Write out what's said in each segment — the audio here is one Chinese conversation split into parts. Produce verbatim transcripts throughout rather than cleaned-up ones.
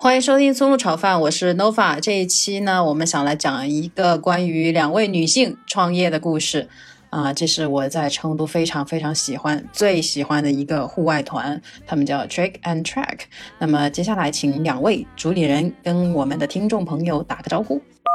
欢迎收听松露炒饭，我是 Nova。 这一期呢，我们想来讲一个关于两位女性创业的故事啊、呃，这是我在成都非常非常喜欢最喜欢的一个户外团，他们叫 Trick and Track。 那么接下来请两位主理人跟我们的听众朋友打个招呼。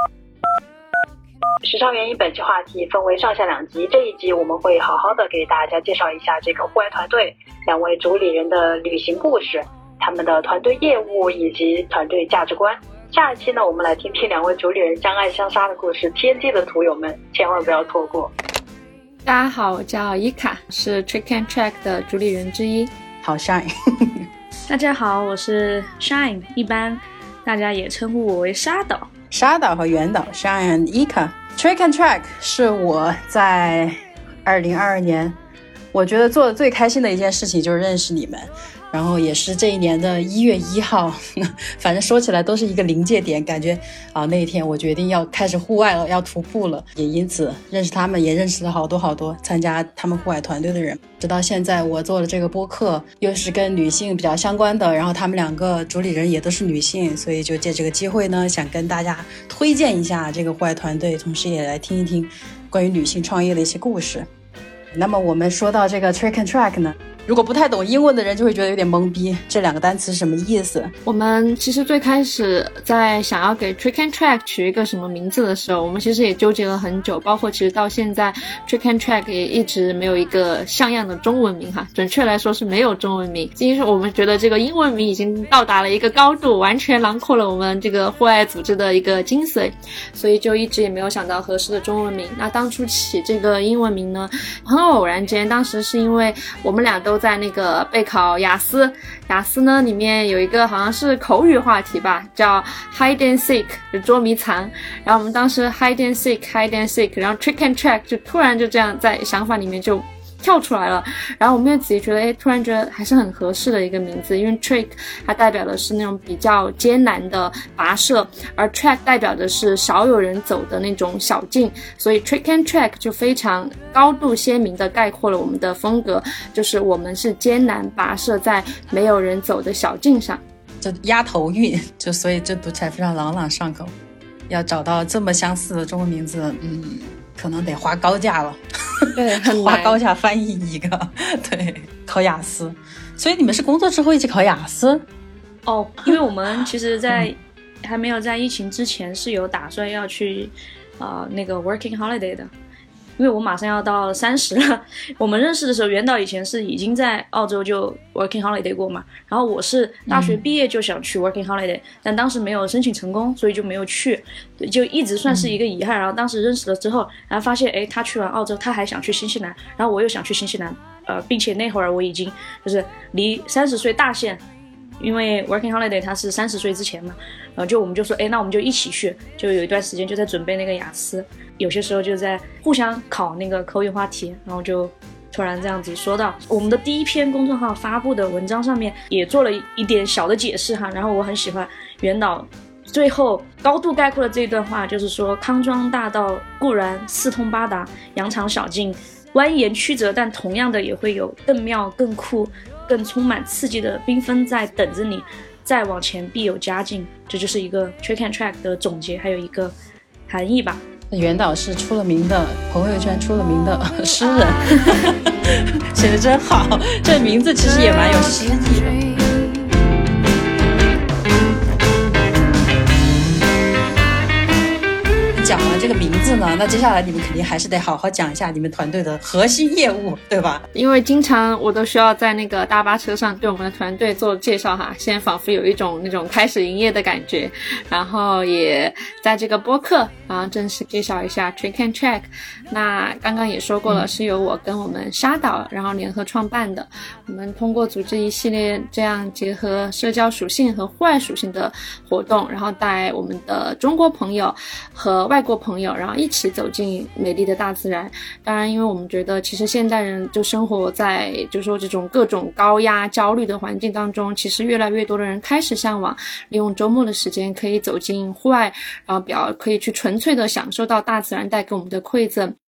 时长原因，本期话题分为上下两集，这一集我们会好好的给大家介绍一下这个户外团队两位主理人的旅行故事，他们的团队业务以及团队价值观。下一期呢，我们来听听两位主理人相爱相杀的故事，天际的土友们千万不要错过。 大家好，我叫伊卡，是 Trick and Track 的主理人之一。 好 Shine 大家好，我是 Shine， 一般大家也称呼我为沙岛。 沙岛和原岛 Shine and Ika。 Trick and Track 是我在二零二二年我觉得做的最开心的一件事情，就是认识你们，然后也是这一年的一月一号，反正说起来都是一个临界点，感觉啊那一天我决定要开始户外了，要徒步了，也因此认识他们，也认识了好多好多参加他们户外团队的人。直到现在我做了这个播客，又是跟女性比较相关的，然后他们两个主理人也都是女性，所以就借这个机会呢，想跟大家推荐一下这个户外团队，同时也来听一听关于女性创业的一些故事。那么我们说到这个 Trick and Track 呢，如果不太懂英文的人就会觉得有点懵逼，这两个单词是什么意思？ 我们其实最开始在想要给 Trick and Track 取一个什么名字的时候，我们其实也纠结了很久，包括其实到现在 Trick and Track 也一直没有一个像样的中文名哈，准确来说是没有中文名。其实我们觉得这个英文名已经到达了一个高度，完全囊括了我们这个户外组织的一个精髓，所以就一直也没有想到合适的中文名。那当初起这个英文名呢，很偶然间，当时是因为我们俩都在那个备考雅思，雅思呢里面有一个好像是口语话题吧，叫 hide and seek， 就捉迷藏，然后我们当时 hide and seek hide and seek， 然后 trick and track 就突然就这样在想法里面就跳出来了，然后我们也自己觉得，哎，突然觉得还是很合适的一个名字，因为 trick 它代表的是那种比较艰难的跋涉，而 track 代表的是少有人走的那种小径，所以 trick and track 就非常高度鲜明的概括了我们的风格，就是我们是艰难跋涉在没有人走的小径上， 就押头韵，就所以这读起来非常朗朗上口。要找到这么相似的中文名字，嗯，可能得花高价了。 对，很花高价翻译一个，对，考雅思。所以你们是工作之后一起考雅思？ 哦，因为我们其实在还没有在疫情之前是有打算要去呃那个 working holiday 的，因为我马上要到三十了。我们认识的时候，袁导以前是已经在澳洲就 working holiday 过嘛，然后我是大学毕业就想去 working holiday，、嗯、但当时没有申请成功，所以就没有去，就一直算是一个遗憾。然后当时认识了之后，然后发现，哎，他去完澳洲，他还想去新西兰，然后我又想去新西兰，呃，并且那会儿我已经就是离三十岁大限。因为 working holiday 它是三十岁之前嘛，呃，就我们就说，哎，那我们就一起去，就有一段时间就在准备那个雅思，有些时候就在互相考那个口语话题，然后就突然这样子说到我们的第一篇公众号发布的文章上面也做了一点小的解释哈，然后我很喜欢袁导最后高度概括的这一段话，就是说康庄大道固然四通八达，羊肠小径蜿蜒曲折，但同样的也会有更妙更酷更充满刺激的缤纷在等着你，再往前必有佳境。这就是一个 Trick and Track 的总结，还有一个含义吧。 袁导是出了名的朋友圈出了名的诗人，写得真好，这名字其实也蛮有诗意的。讲完这个名字呢，那接下来你们肯定还是得好好讲一下你们团队的核心业务，对吧？ 因为经常我都需要在那个大巴车上对我们的团队做介绍哈，现在仿佛有一种那种开始营业的感觉，然后也在这个播客啊正式介绍一下 Trick and Track。 那刚刚也说过了，是由我跟我们沙岛然后联合创办的，我们通过组织一系列这样结合社交属性和户外属性的活动，然后带我们的中国朋友和外国朋友，然后一起走进美丽的大自然。当然因为我们觉得其实现代人就生活在就是说这种各种高压焦虑的环境当中，其实越来越多的人开始向往利用周末的时间可以走进户外，然后比较可以去纯粹的享受到大自然带给我们的馈赠。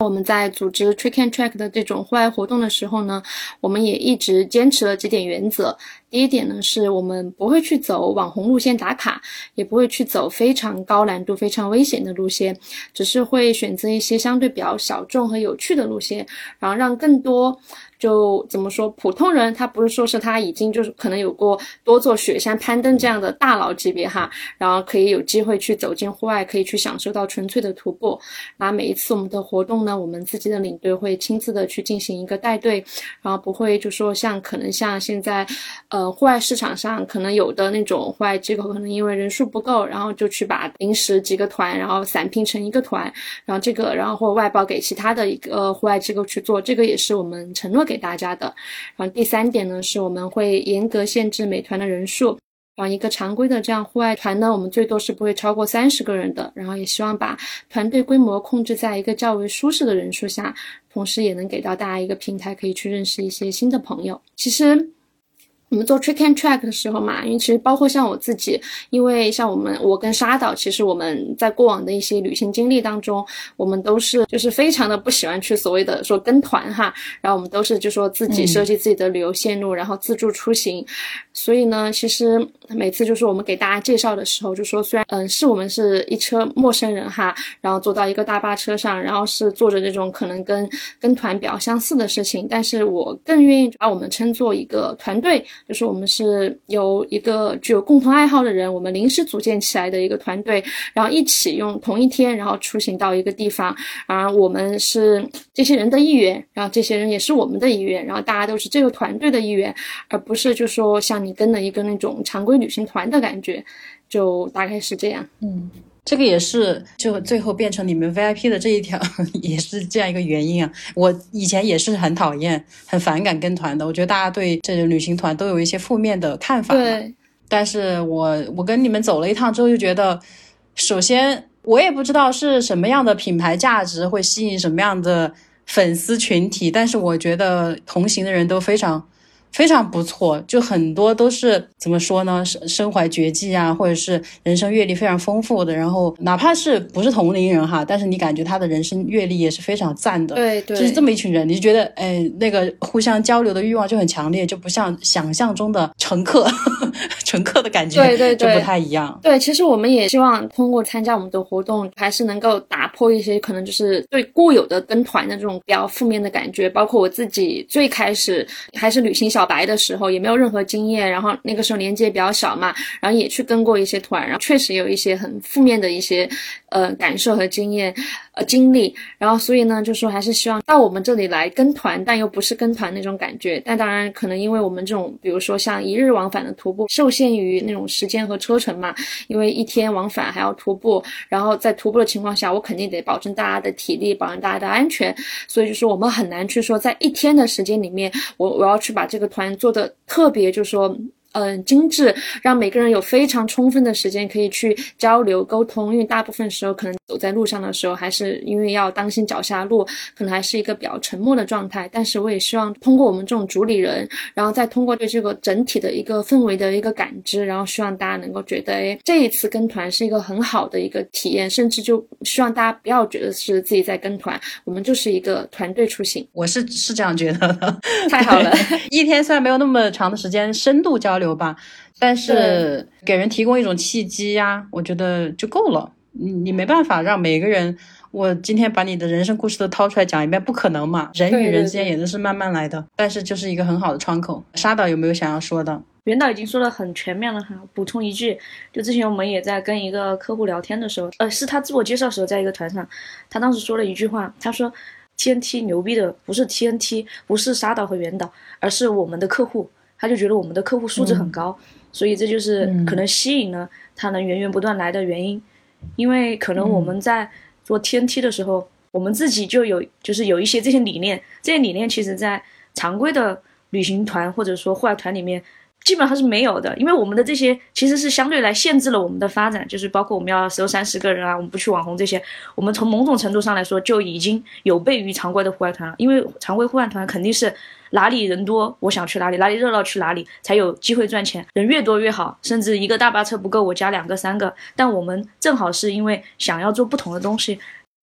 我们在组织 Trick and Track 的这种户外活动的时候呢，我们也一直坚持了几点原则。第一点呢，是我们不会去走网红路线打卡，也不会去走非常高难度非常危险的路线，只是会选择一些相对比较小众和有趣的路线，然后让更多就怎么说普通人，他不是说是他已经就是可能有过多座雪山攀登这样的大佬级别哈，然后可以有机会去走进户外，可以去享受到纯粹的徒步。然后每一次我们的活动呢，我们自己的领队会亲自的去进行一个带队，然后不会就说像可能像现在呃户外市场上可能有的那种户外机构可能因为人数不够，然后就去把临时几个团然后散拼成一个团，然后这个然后或外包给其他的一个户外机构去做，这个也是我们承诺给大家的。然后第三点呢，是我们会严格限制每团的人数，然后一个常规的这样户外团呢，我们最多是不会超过三十个人的，然后也希望把团队规模控制在一个较为舒适的人数下，同时也能给到大家一个平台可以去认识一些新的朋友。其实我们做 Trick and Track 的时候嘛，因为其实包括像我自己，因为像我们我跟沙岛，其实我们在过往的一些旅行经历当中，我们都是就是非常的不喜欢去所谓的说跟团哈，然后我们都是就说自己设计自己的旅游线路，嗯、然后自助出行。所以呢，其实每次就是我们给大家介绍的时候，就说虽然嗯是我们是一车陌生人哈，然后坐到一个大巴车上，然后是做着这种可能跟跟团比较相似的事情，但是我更愿意把我们称作一个团队。就是我们是由一个具有共同爱好的人，我们临时组建起来的一个团队，然后一起用同一天然后出行到一个地方，而我们是这些人的一员，然后这些人也是我们的一员，然后大家都是这个团队的一员，而不是就说像你跟了一个那种常规旅行团的感觉，就大概是这样。 嗯，这个也是就最后变成你们 V I P 的这一条也是这样一个原因啊。我以前也是很讨厌很反感跟团的，我觉得大家对这种旅行团都有一些负面的看法嘛。 对， 但是我我跟你们走了一趟之后就觉得，首先我也不知道是什么样的品牌价值会吸引什么样的粉丝群体，但是我觉得同行的人都非常非常不错，就很多都是怎么说呢，身怀绝技啊，或者是人生阅历非常丰富的，然后哪怕是不是同龄人哈，但是你感觉他的人生阅历也是非常赞的。 对对， 就是这么一群人，你就觉得哎，那个互相交流的欲望就很强烈，就不像想象中的乘客乘客的感觉， 对对对， 就不太一样。 对，其实我们也希望通过参加我们的活动，还是能够打破一些可能就是对固有的跟团的这种比较负面的感觉。包括我自己最开始还是旅行小白的时候，也没有任何经验，然后那个时候年纪也比较小嘛，然后也去跟过一些团，然后确实有一些很负面的一些呃感受和经验呃经历，然后所以呢就说还是希望到我们这里来跟团，但又不是跟团那种感觉。但当然可能因为我们这种比如说像一日往返的徒步受限于那种时间和车程嘛，因为一天往返还要徒步，然后在徒步的情况下我肯定得保证大家的体力，保证大家的安全，所以就是我们很难去说在一天的时间里面我我要去把这个团做的特别就是说嗯，精致，让每个人有非常充分的时间可以去交流沟通。因为大部分时候可能走在路上的时候，还是因为要当心脚下路，可能还是一个比较沉默的状态。但是我也希望通过我们这种主理人，然后再通过对这个整体的一个氛围的一个感知，然后希望大家能够觉得诶这一次跟团是一个很好的一个体验，甚至就希望大家不要觉得是自己在跟团，我们就是一个团队出行。 我是是这样觉得的。 太好了。 一天虽然没有那么长的时间深度交流吧，但是给人提供一种契机呀，我觉得就够了。你你没办法让每个人，我今天把你的人生故事都掏出来讲一遍，不可能嘛。人与人之间也都是慢慢来的，对对对，但是就是一个很好的窗口。沙导有没有想要说的？ 袁导已经说的很全面了哈，补充一句，就之前我们也在跟一个客户聊天的时候，呃，是他自我介绍的时候，在一个团上，他当时说了一句话，他说 T N T 牛逼的不是 T N T， 不是沙导和袁导，而是我们的客户。他就觉得我们的客户素质很高，嗯、所以这就是可能吸引了他能源源不断来的原因。因为可能我们在做 T N T 的时候，嗯、我们自己就有就是有一些这些理念，这些理念其实在常规的旅行团或者说户外团里面基本上是没有的，因为我们的这些其实是相对来限制了我们的发展，就是包括我们要收三十个人啊，我们不去网红这些，我们从某种程度上来说就已经有悖于常规的户外团了。因为常规户外团肯定是哪里人多我想去哪里，哪里热闹去哪里，才有机会赚钱，人越多越好，甚至一个大巴车不够我加两个三个。但我们正好是因为想要做不同的东西，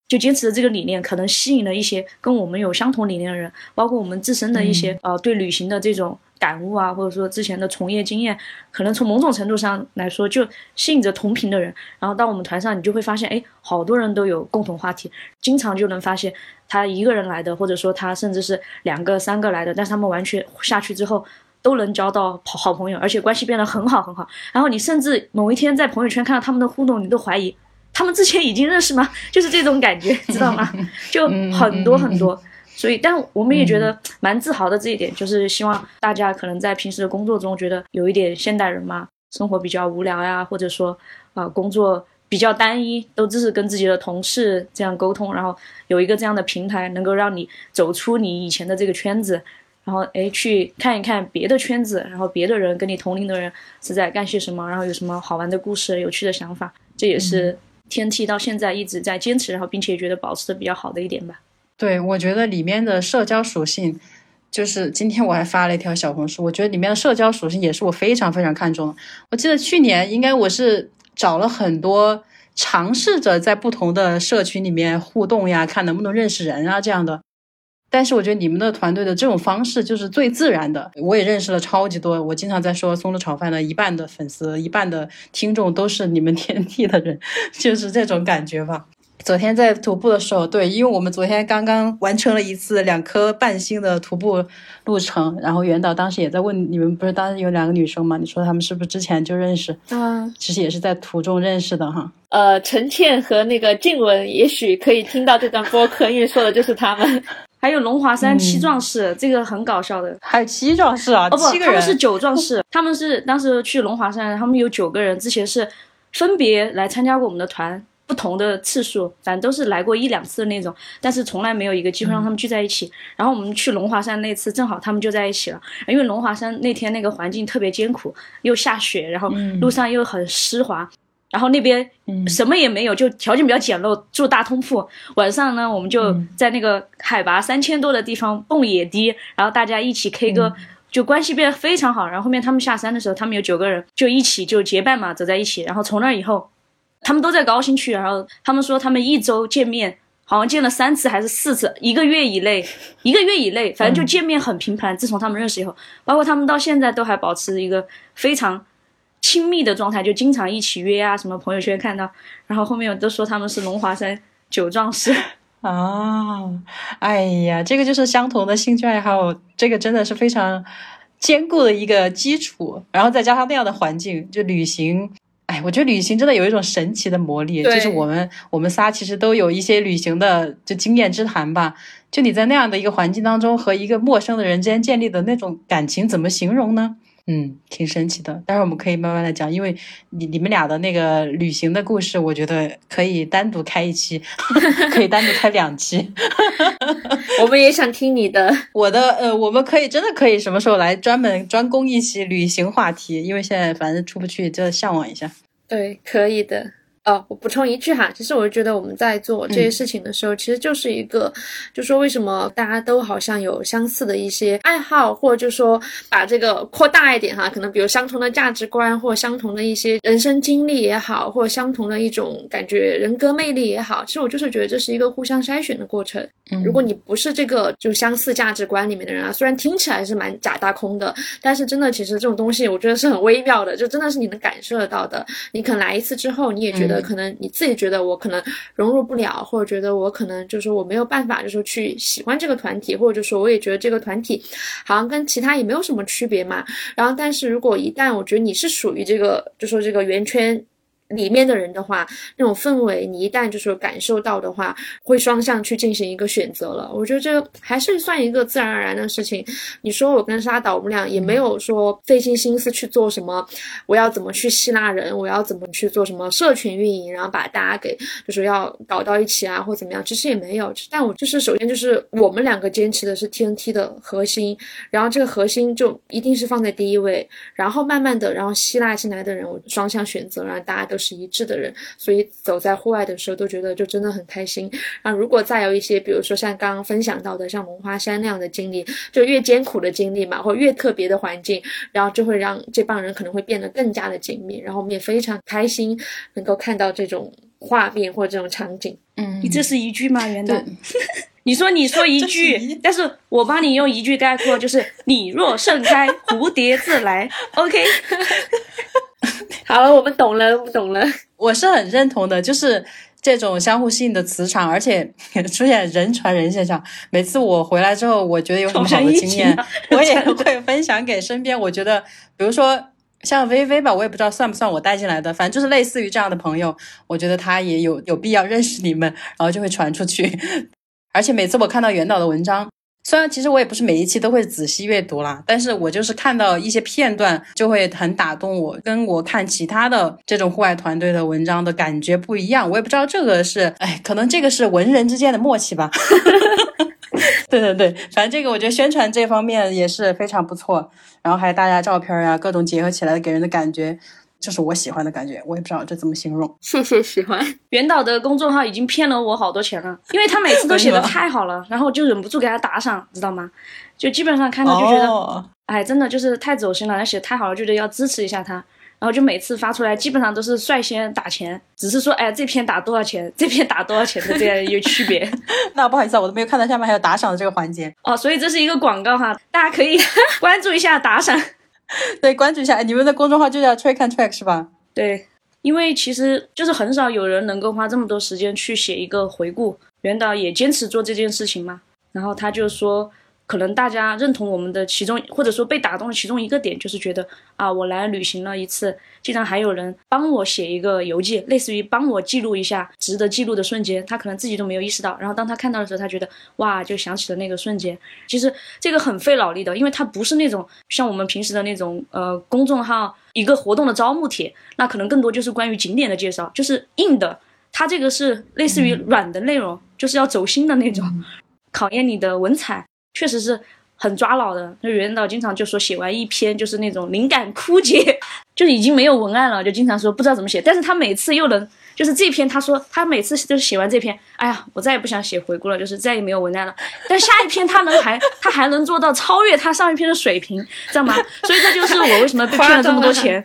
就坚持的这个理念可能吸引了一些跟我们有相同理念的人，包括我们自身的一些、嗯、呃对旅行的这种感悟啊，或者说之前的从业经验，可能从某种程度上来说就吸引着同频的人，然后到我们团上你就会发现，哎，好多人都有共同话题，经常就能发现他一个人来的，或者说他甚至是两个三个来的，但是他们完全下去之后都能交到好朋友，而且关系变得很好很好，然后你甚至某一天在朋友圈看到他们的互动，你都怀疑他们之前已经认识吗？就是这种感觉，知道吗？就很多很多。所以但我们也觉得蛮自豪的，这一点就是希望大家可能在平时的工作中觉得有一点现代人嘛，生活比较无聊呀，或者说啊、呃、工作比较单一，都只是跟自己的同事这样沟通，然后有一个这样的平台能够让你走出你以前的这个圈子，然后诶去看一看别的圈子，然后别的人跟你同龄的人是在干些什么，然后有什么好玩的故事有趣的想法，这也是天梯到现在一直在坚持，然后并且觉得保持的比较好的一点吧。 对，我觉得里面的社交属性，就是今天我还发了一条小红书，我觉得里面的社交属性也是我非常非常看重的。我记得去年应该我是找了很多尝试着在不同的社群里面互动呀，看能不能认识人啊这样的，但是我觉得你们的团队的这种方式就是最自然的。我也认识了超级多，我经常在说松露炒饭的一半的粉丝一半的听众都是你们天地的人，就是这种感觉吧。昨天在徒步的时候，对，因为我们昨天刚刚完成了一次两颗半星的徒步路程，然后袁导当时也在问你们，不是当时有两个女生嘛，你说他们是不是之前就认识？ 嗯， 其实也是在途中认识的哈。 呃，陈倩和那个静雯也许可以听到这段播客，因为说的就是他们。 还有龙华山七壮士、嗯、这个很搞笑的。 还有七壮士啊？ 哦不， 七个人， 他们是九壮士。他们是当时去龙华山，他们有九个人，之前是分别来参加过我们的团，不同的次数，反正都是来过一两次的那种，但是从来没有一个机会让他们聚在一起、嗯、然后我们去龙华山那次正好他们就在一起了，因为龙华山那天那个环境特别艰苦，又下雪，然后路上又很湿滑、嗯、然后那边什么也没有，就条件比较简陋，住大通铺。晚上呢我们就在那个海拔三千多的地方蹦野迪，然后大家一起 K 歌、嗯，就关系变得非常好。然后后面他们下山的时候，他们有九个人就一起就结伴嘛走在一起，然后从那以后他们都在高新区，然后他们说他们一周见面好像见了三次还是四次，一个月以内一个月以内反正就见面很频繁、嗯、自从他们认识以后，包括他们到现在都还保持一个非常亲密的状态，就经常一起约啊，什么朋友圈看到，然后后面都说他们是龙华山九壮士啊。哎呀，这个就是相同的兴趣爱好，这个真的是非常坚固的一个基础，然后再加上那样的环境，就旅行，哎，我觉得旅行真的有一种神奇的魔力，就是我们我们仨其实都有一些旅行的就经验之谈吧，就你在那样的一个环境当中和一个陌生的人之间建立的那种感情怎么形容呢？嗯，挺神奇的，待会儿我们可以慢慢的讲，因为你你们俩的那个旅行的故事我觉得可以单独开一期可以单独开两期我们也想听你的。 我的呃，我们可以真的可以什么时候来专门专攻一期旅行话题，因为现在反正出不去就向往一下。 对，可以的。哦，我补充一句哈，其实我觉得我们在做这些事情的时候、嗯、其实就是一个就说为什么大家都好像有相似的一些爱好，或者就说把这个扩大一点哈，可能比如相同的价值观，或相同的一些人生经历也好，或相同的一种感觉人格魅力也好，其实我就是觉得这是一个互相筛选的过程、嗯、如果你不是这个就相似价值观里面的人啊，虽然听起来是蛮假大空的，但是真的其实这种东西我觉得是很微妙的，就真的是你能感受得到的。你可能来一次之后你也觉得、嗯可能你自己觉得我可能融入不了，或者觉得我可能就是说我没有办法就是说去喜欢这个团体，或者说我也觉得这个团体好像跟其他也没有什么区别嘛。然后但是如果一旦我觉得你是属于这个就说这个圆圈里面的人的话，那种氛围你一旦就是感受到的话，会双向去进行一个选择了。我觉得这个还是算一个自然而然的事情。你说我跟沙导我们俩也没有说费尽心思去做什么我要怎么去吸纳人，我要怎么去做什么社群运营，然后把大家给就是要搞到一起啊或怎么样，其实也没有。但我就是首先就是我们两个坚持的是 T N T 的核心，然后这个核心就一定是放在第一位，然后慢慢的然后吸纳进来的人我双向选择，让大家都是一致的人，所以走在户外的时候都觉得就真的很开心。然后如果再有一些比如说像刚刚分享到的像龙华山那样的经历，就越艰苦的经历嘛，或越特别的环境，然后就会让这帮人可能会变得更加的紧密，然后我们也非常开心能够看到这种画面或者这种场景。 嗯， 你这是一句吗，袁导？你说你说一句，但是我帮你用一句概括，就是你若盛开，蝴蝶自来。OK， 好了，我们懂了，我们懂了。 我是很认同的，就是这种相互吸引的磁场，而且出现人传人现象。每次我回来之后，我觉得有什么好的经验，我也会分享给身边。我觉得，比如说像薇薇吧，我也不知道算不算我带进来的，反正就是类似于这样的朋友，我觉得他也有有必要认识你们，然后就会传出去。而且每次我看到袁导的文章，虽然其实我也不是每一期都会仔细阅读啦，但是我就是看到一些片段就会很打动我，跟我看其他的这种户外团队的文章的感觉不一样。我也不知道这个是，哎，可能这个是文人之间的默契吧。对对对，反正这个我觉得宣传这方面也是非常不错，然后还有大家照片啊，各种结合起来给人的感觉就是我喜欢的感觉，我也不知道这怎么形容。 谢谢喜欢。 袁导的公众号已经骗了我好多钱了，因为他每次都写的太好了，然后我就忍不住给他打赏，知道吗？就基本上看到就觉得、哦、哎，真的就是太走心了，他写的太好了，就觉得要支持一下他，然后就每次发出来基本上都是率先打钱，只是说哎这篇打多少钱，这篇打多少钱的这样有区别。 那不好意思啊，我都没有看到下面还有打赏的这个环节哦，所以这是一个广告哈，大家可以关注一下打赏。 对，关注一下，你们的公众号就叫 Track and Track 是吧？ 对，因为其实就是很少有人能够花这么多时间去写一个回顾，袁导也坚持做这件事情嘛，然后他就说可能大家认同我们的其中或者说被打动的其中一个点，就是觉得啊我来旅行了一次，竟然还有人帮我写一个游记，类似于帮我记录一下值得记录的瞬间，他可能自己都没有意识到，然后当他看到的时候他觉得哇就想起了那个瞬间。其实这个很费脑力的，因为它不是那种像我们平时的那种呃公众号一个活动的招募帖，那可能更多就是关于景点的介绍，就是硬的，它这个是类似于软的内容、嗯、就是要走心的那种、嗯、考验你的文采，确实是很抓脑的。就袁导经常就说写完一篇就是那种灵感枯竭，就已经没有文案了，就经常说不知道怎么写，但是他每次又能就是这篇他说他每次就是写完这篇，哎呀我再也不想写回顾了，就是再也没有文案了，但下一篇他能还他还能做到超越他上一篇的水平，知道吗？所以这就是我为什么被骗了这么多钱。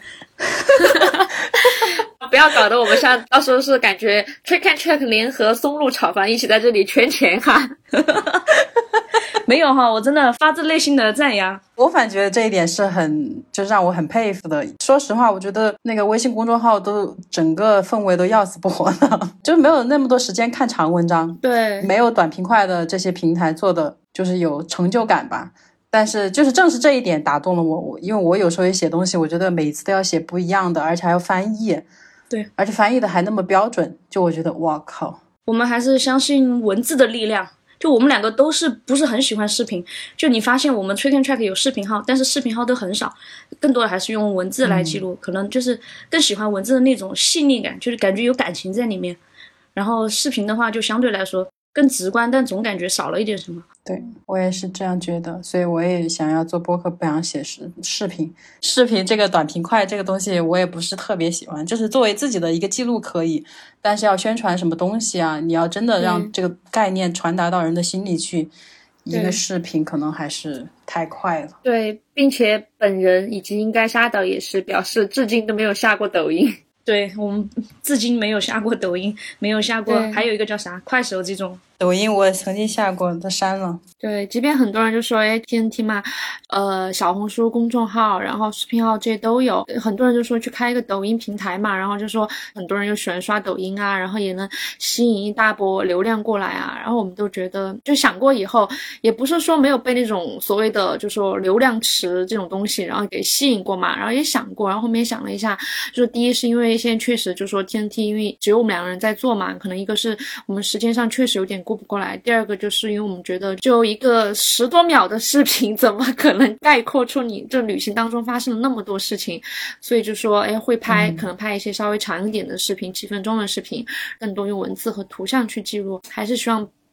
不要搞得我们像到时候是感觉 Track and Track 联合松露炒饭一起在这里圈钱哈。 没有哈，我真的发自内心的赞扬。 我反觉得这一点是很就是让我很佩服的。说实话，我觉得那个微信公众号都整个氛围都要死不活的，就没有那么多时间看长文章， 对， 没有短平快的这些平台做的就是有成就感吧。但是就是正是这一点打动了我，我因为我有时候也写东西，我觉得每次都要写不一样的，而且还要翻译， 对， 而且翻译的还那么标准，就我觉得哇靠， 我们还是相信文字的力量。就我们两个都是不是很喜欢视频，就你发现我们 Track and Track 有视频号，但是视频号都很少，更多的还是用文字来记录、嗯、可能就是更喜欢文字的那种细腻感，就是感觉有感情在里面。然后视频的话就相对来说更直观，但总感觉少了一点什么。 对，我也是这样觉得，所以我也想要做播客，不想写视视频。视频这个短平快这个东西我也不是特别喜欢，就是作为自己的一个记录可以，但是要宣传什么东西啊，你要真的让这个概念传达到人的心里去，一个视频可能还是太快了。 对，并且本人以及应该沙导也是表示至今都没有下过抖音。 对，我们至今没有下过抖音，没有下过还有一个叫啥快手这种。 抖音我曾经下过，它删了。 对，即便很多人就说哎 T N T 嘛，呃小红书公众号然后视频号这些都有，很多人就说去开一个抖音平台嘛，然后就说很多人就喜欢刷抖音啊，然后也能吸引一大波流量过来啊，然后我们都觉得就想过以后也不是说没有被那种所谓的就说流量池这种东西然后给吸引过嘛，然后也想过，然后后面想了一下，就是第一是因为现在确实就说 T N T 因为只有我们两个人在做嘛，可能一个是我们时间上确实有点顾不过来，第二个就是因为我们觉得就一个十多秒的视频怎么可能概括出你这旅行当中发生了那么多事情，所以就说哎，会拍、嗯、可能拍一些稍微长一点的视频，几分钟的视频，更多用文字和图像去记录，还是希望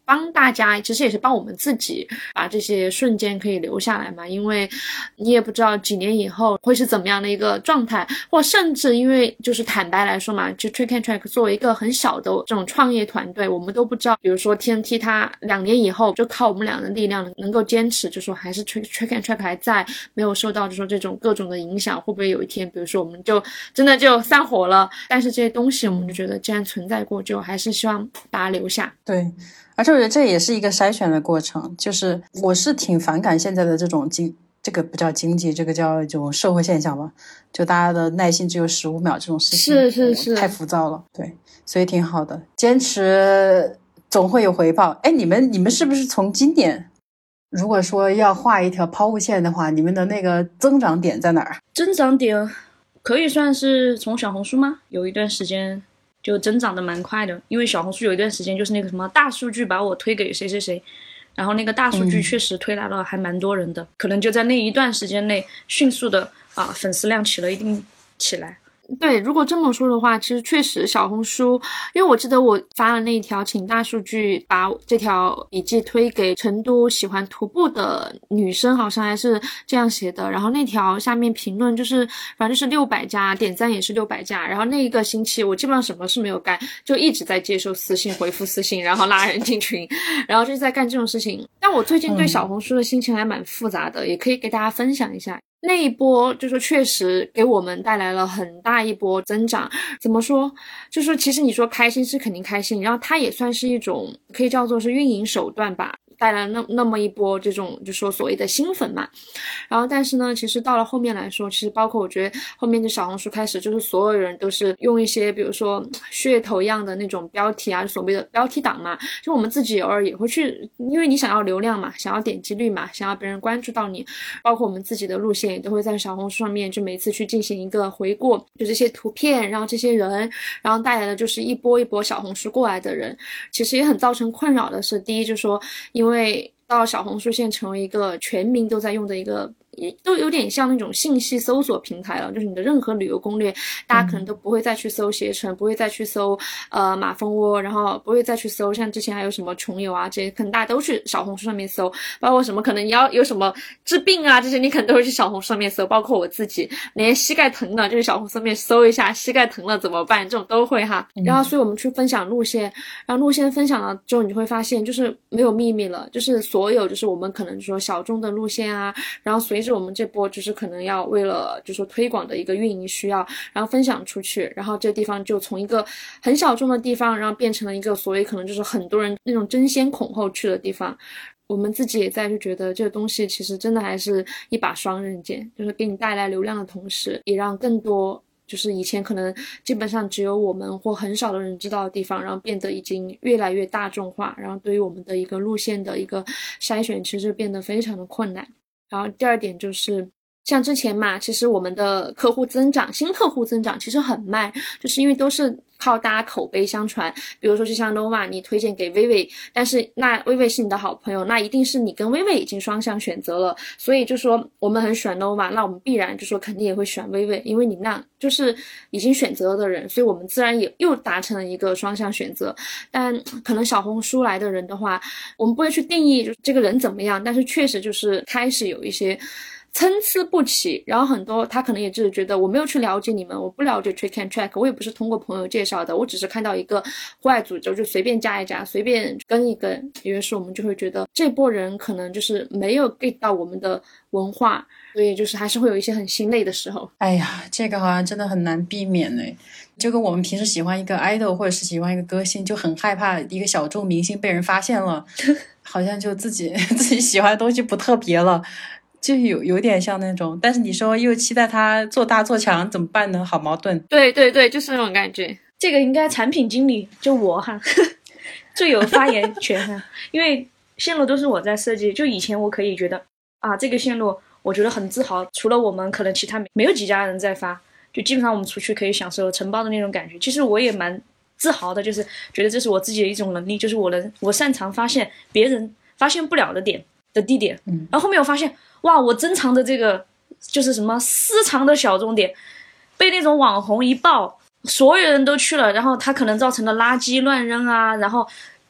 帮大家，其实也是帮我们自己把这些瞬间可以留下来嘛，因为你也不知道几年以后会是怎么样的一个状态，或甚至因为就是坦白来说嘛，就 Trick and Track 作为一个很小的这种创业团队，我们都不知道，比如说 T N T 它两年以后就靠我们俩的力量能够坚持，就说还是 Trick, Trick and Track 还在，没有受到就说这种各种的影响，会不会有一天比如说我们就真的就散伙了，但是这些东西我们就觉得既然存在过，就还是希望把它留下。 对，而且我觉得这也是一个筛选的过程，就是我是挺反感现在的这种经这个不叫经济，这个叫一种社会现象吧，就大家的耐心只有十五秒这种事情， 是是是， 太浮躁了。对，所以挺好的，坚持总会有回报。哎，你们你们是不是从今年，如果说要画一条抛物线的话，你们的那个增长点在哪儿？ 增长点可以算是从小红书吗？有一段时间就增长的蛮快的，因为小红书有一段时间就是那个什么大数据把我推给谁谁谁，然后那个大数据确实推来了还蛮多人的，嗯、可能就在那一段时间内迅速的啊粉丝量起了一定起来。 对，如果这么说的话，其实确实小红书，因为我记得我发了那一条请大数据把这条笔记推给成都喜欢徒步的女生，好像还是这样写的，然后那条下面评论就是反正就是六百加，点赞也是六百加，然后那一个星期我基本上什么事没有干，就一直在接受私信回复私信，然后拉人进群，然后就是在干这种事情。但我最近对小红书的心情还蛮复杂的，嗯、也可以给大家分享一下。那一波就是确实给我们带来了很大一波增长，怎么说，就是其实你说开心是肯定开心，然后它也算是一种可以叫做是运营手段吧，带来那那么一波这种就说所谓的新粉嘛。然后但是呢，其实到了后面来说，其实包括我觉得后面的小红书开始就是所有人都是用一些比如说噱头一样的那种标题啊，所谓的标题党嘛，就我们自己偶尔也会去，因为你想要流量嘛，想要点击率嘛，想要别人关注到你，包括我们自己的路线也都会在小红书上面就每次去进行一个回顾，就这些图片，然后这些人，然后带来的就是一波一波小红书过来的人。其实也很造成困扰的是，第一就是说因为到小红书现在成为一个全民都在用的一个都有点像那种信息搜索平台了，就是你的任何旅游攻略大家可能都不会再去搜携程、嗯、不会再去搜呃马蜂窝，然后不会再去搜像之前还有什么穷游啊这些，可能大家都去小红书上面搜，包括什么可能你要有什么治病啊这些你可能都会去小红书上面搜，包括我自己连膝盖疼了就是小红书上面搜一下膝盖疼了怎么办这种都会哈、嗯、然后所以我们去分享路线，然后路线分享了之后你就会发现就是没有秘密了，就是所有就是我们可能说小众的路线啊，然后随着我们这波就是可能要为了就是说推广的一个运营需要，然后分享出去，然后这地方就从一个很小众的地方然后变成了一个所谓可能就是很多人那种争先恐后去的地方。我们自己也在就觉得这个东西其实真的还是一把双刃剑，就是给你带来流量的同时也让更多就是以前可能基本上只有我们或很少的人知道的地方，然后变得已经越来越大众化，然后对于我们的一个路线的一个筛选其实变得非常的困难。然后第二点就是像之前嘛，其实我们的客户增长新客户增长其实很慢，就是因为都是靠大家口碑相传，比如说就像 Nova 你推荐给薇薇，但是那薇薇是你的好朋友，那一定是你跟薇薇已经双向选择了，所以就说我们很选 Nova， 那我们必然就说肯定也会选薇薇，因为你那就是已经选择的人，所以我们自然也又达成了一个双向选择。但可能小红书来的人的话，我们不会去定义就这个人怎么样，但是确实就是开始有一些参差不齐，然后很多他可能也就是觉得我没有去了解你们，我不了解 Trick and Track， 我也不是通过朋友介绍的，我只是看到一个户外组织就随便加一加，随便跟一跟，于是我们就会觉得这波人可能就是没有 get 到我们的文化，所以就是还是会有一些很心累的时候。 哎呀，这个好像真的很难避免诶，就跟我们平时喜欢一个 idol 或者是喜欢一个歌星，就很害怕一个小众明星被人发现了好像就自己自己喜欢的东西不特别了，就有有点像那种，但是你说又期待他做大做强怎么办呢？好矛盾。 对对对，就是那种感觉。 这个应该产品经理就我哈最有发言权哈，因为线路都是我在设计，就以前我可以觉得啊这个线路我觉得很自豪，除了我们可能其他没有几家人在发，就基本上我们出去可以享受承包的那种感觉，其实我也蛮自豪的，就是觉得这是我自己的一种能力，就是我能我擅长发现别人发现不了的点的地点，嗯，然后后面我发现哇我珍藏的这个就是什么私藏的小众点被那种网红一爆，所有人都去了，然后他可能造成的垃圾乱扔啊，然后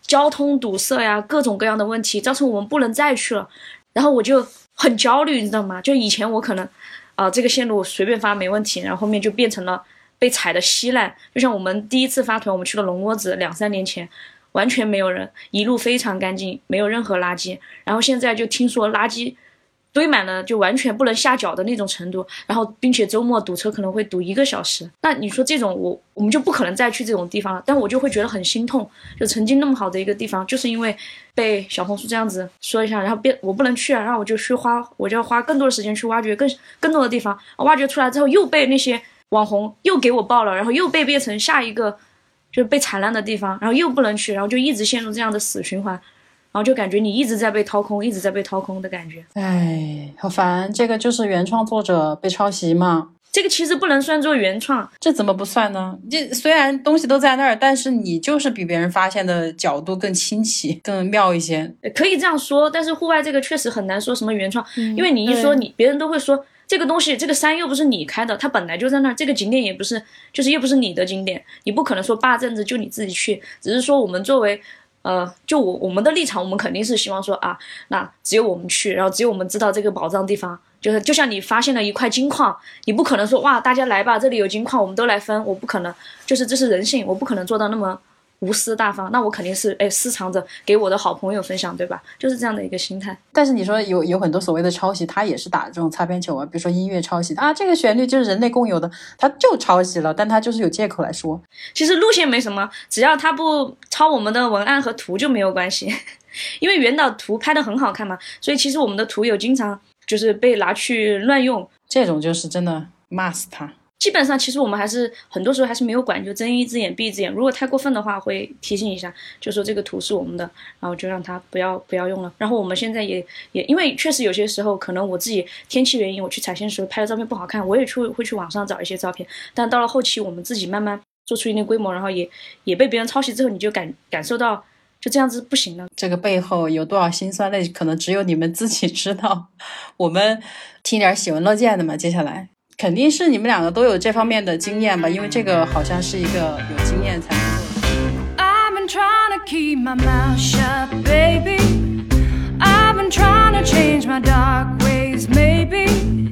交通堵塞呀，各种各样的问题，造成我们不能再去了。然后我就很焦虑，你知道吗？就以前我可能啊、呃、这个线路随便发没问题，然后后面就变成了被踩得稀烂。就像我们第一次发团，我们去了龙窝子，两三年前完全没有人，一路非常干净，没有任何垃圾。然后现在就听说垃圾堆满了，就完全不能下脚的那种程度，然后并且周末堵车可能会堵一个小时。那你说这种我我们就不可能再去这种地方了，但我就会觉得很心痛，就曾经那么好的一个地方，就是因为被小红书这样子说一下，然后变我不能去啊，然后我就去花，我就要花更多的时间去挖掘更更多的地方，挖掘出来之后又被那些网红又给我爆了，然后又被变成下一个就是被踩烂的地方，然后又不能去，然后就一直陷入这样的死循环。然后就感觉你一直在被掏空，一直在被掏空的感觉。 哎，好烦！这个就是原创作者被抄袭吗？ 这个其实不能算作原创， 这怎么不算呢？这虽然东西都在那儿，但是你就是比别人发现的角度更新奇、更妙一些。 可以这样说，但是户外这个确实很难说什么原创，嗯、因为你一说你，别人都会说这个东西，这个山又不是你开的，它本来就在那儿，这个景点也不是，就是又不是你的景点，你不可能说霸阵子就你自己去，只是说我们作为。呃，就我我们的立场，我们肯定是希望说啊，那只有我们去，然后只有我们知道这个宝藏地方，就是就像你发现了一块金矿，你不可能说哇，大家来吧，这里有金矿，我们都来分，我不可能，就是这是人性，我不可能做到那么无私大方，那我肯定是哎私藏着给我的好朋友分享，对吧？就是这样的一个心态。 但是你说有有很多所谓的抄袭，他也是打这种擦边球啊，比如说音乐抄袭啊，这个旋律就是人类共有的，他就抄袭了，但他就是有借口来说。 其实路线没什么，只要他不抄我们的文案和图就没有关系，因为原导图拍得很好看嘛，所以其实我们的图有经常就是被拿去乱用， 这种就是真的骂死他。 基本上其实我们还是很多时候还是没有管，就睁一只眼闭一只眼，如果太过分的话会提醒一下，就说这个图是我们的，然后就让他不要不要用了。然后我们现在也也因为确实有些时候可能我自己天气原因，我去采线的时候拍的照片不好看，我也去会去网上找一些照片，但到了后期我们自己慢慢做出一定规模，然后也也被别人抄袭之后，你就感感受到就这样子不行了。 这个背后有多少辛酸泪，可能只有你们自己知道。我们听点喜闻乐见的嘛，接下来肯定是你们两个都有这方面的经验吧，因为这个好像是一个有经验才能做的。 I've been trying to keep my mouth shut, baby. I've been trying to change my dark ways, maybe.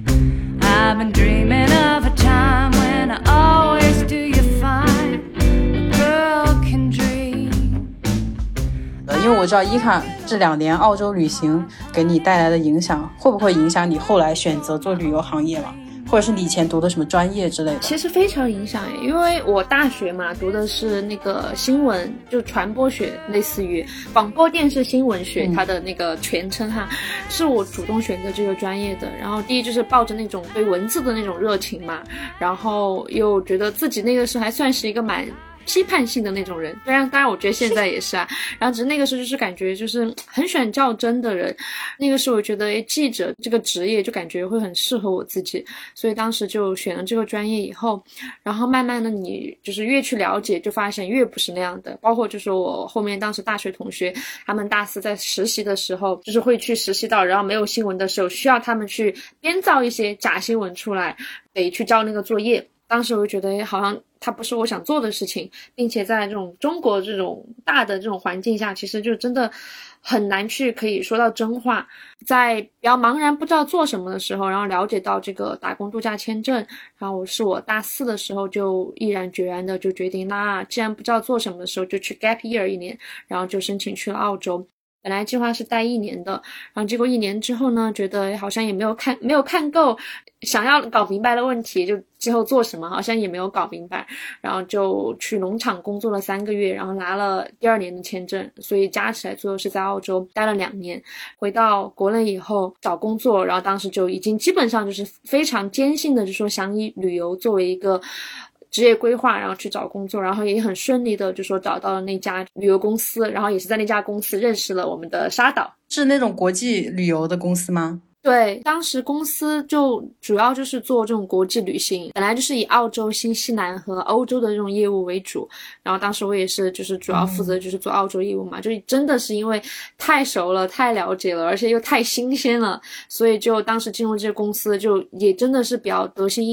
I've been dreaming of a time when I always do you fine. A girl can dream. 呃，因为我知道伊卡这两年澳洲旅行给你带来的影响，会不会影响你后来选择做旅游行业嘛？或者是你以前读的什么专业之类的？ 其实非常影响，因为我大学嘛读的是那个新闻，就传播学，类似于广播电视新闻学，它的那个全称哈，是我主动选择这个专业的。然后第一就是抱着那种对文字的那种热情嘛，然后又觉得自己那个时候还算是一个蛮批判性的那种人，当然当然我觉得现在也是啊，然后只是那个时候就是感觉就是很喜欢较真的人，那个时候我觉得诶记者这个职业就感觉会很适合我自己，所以当时就选了这个专业以后，然后慢慢的你就是越去了解就发现越不是那样的，包括就是我后面当时大学同学他们大四在实习的时候，就是会去实习到然后没有新闻的时候需要他们去编造一些假新闻出来，得去交那个作业，当时我就觉得好像它不是我想做的事情，并且在这种中国这种大的这种环境下，其实就真的很难去可以说到真话。在比较茫然不知道做什么的时候，然后了解到这个打工度假签证，然后我是我大四的时候就毅然决然的就决定，那既然不知道做什么的时候就去 gap year 一年，然后就申请去了澳洲。本来计划是待一年的，然后结果一年之后呢，觉得好像也没有看没有看够想要搞明白的问题，就之后做什么好像也没有搞明白，然后就去农场工作了三个月，然后拿了第二年的签证，所以加起来最后是在澳洲待了两年。回到国内以后找工作，然后当时就已经基本上就是非常坚信的就说想以旅游作为一个职业规划，然后去找工作，然后也很顺利的就说找到了那家旅游公司，然后也是在那家公司认识了我们的沙导。 是那种国际旅游的公司吗？ 对，当时公司就主要就是做这种国际旅行，本来就是以澳洲、新西兰和欧洲的这种业务为主，然后当时我也是就是主要负责就是做澳洲业务嘛，嗯、就真的是因为太熟了、太了解了，而且又太新鲜了，所以就当时进入这个公司就也真的是比较得心应手。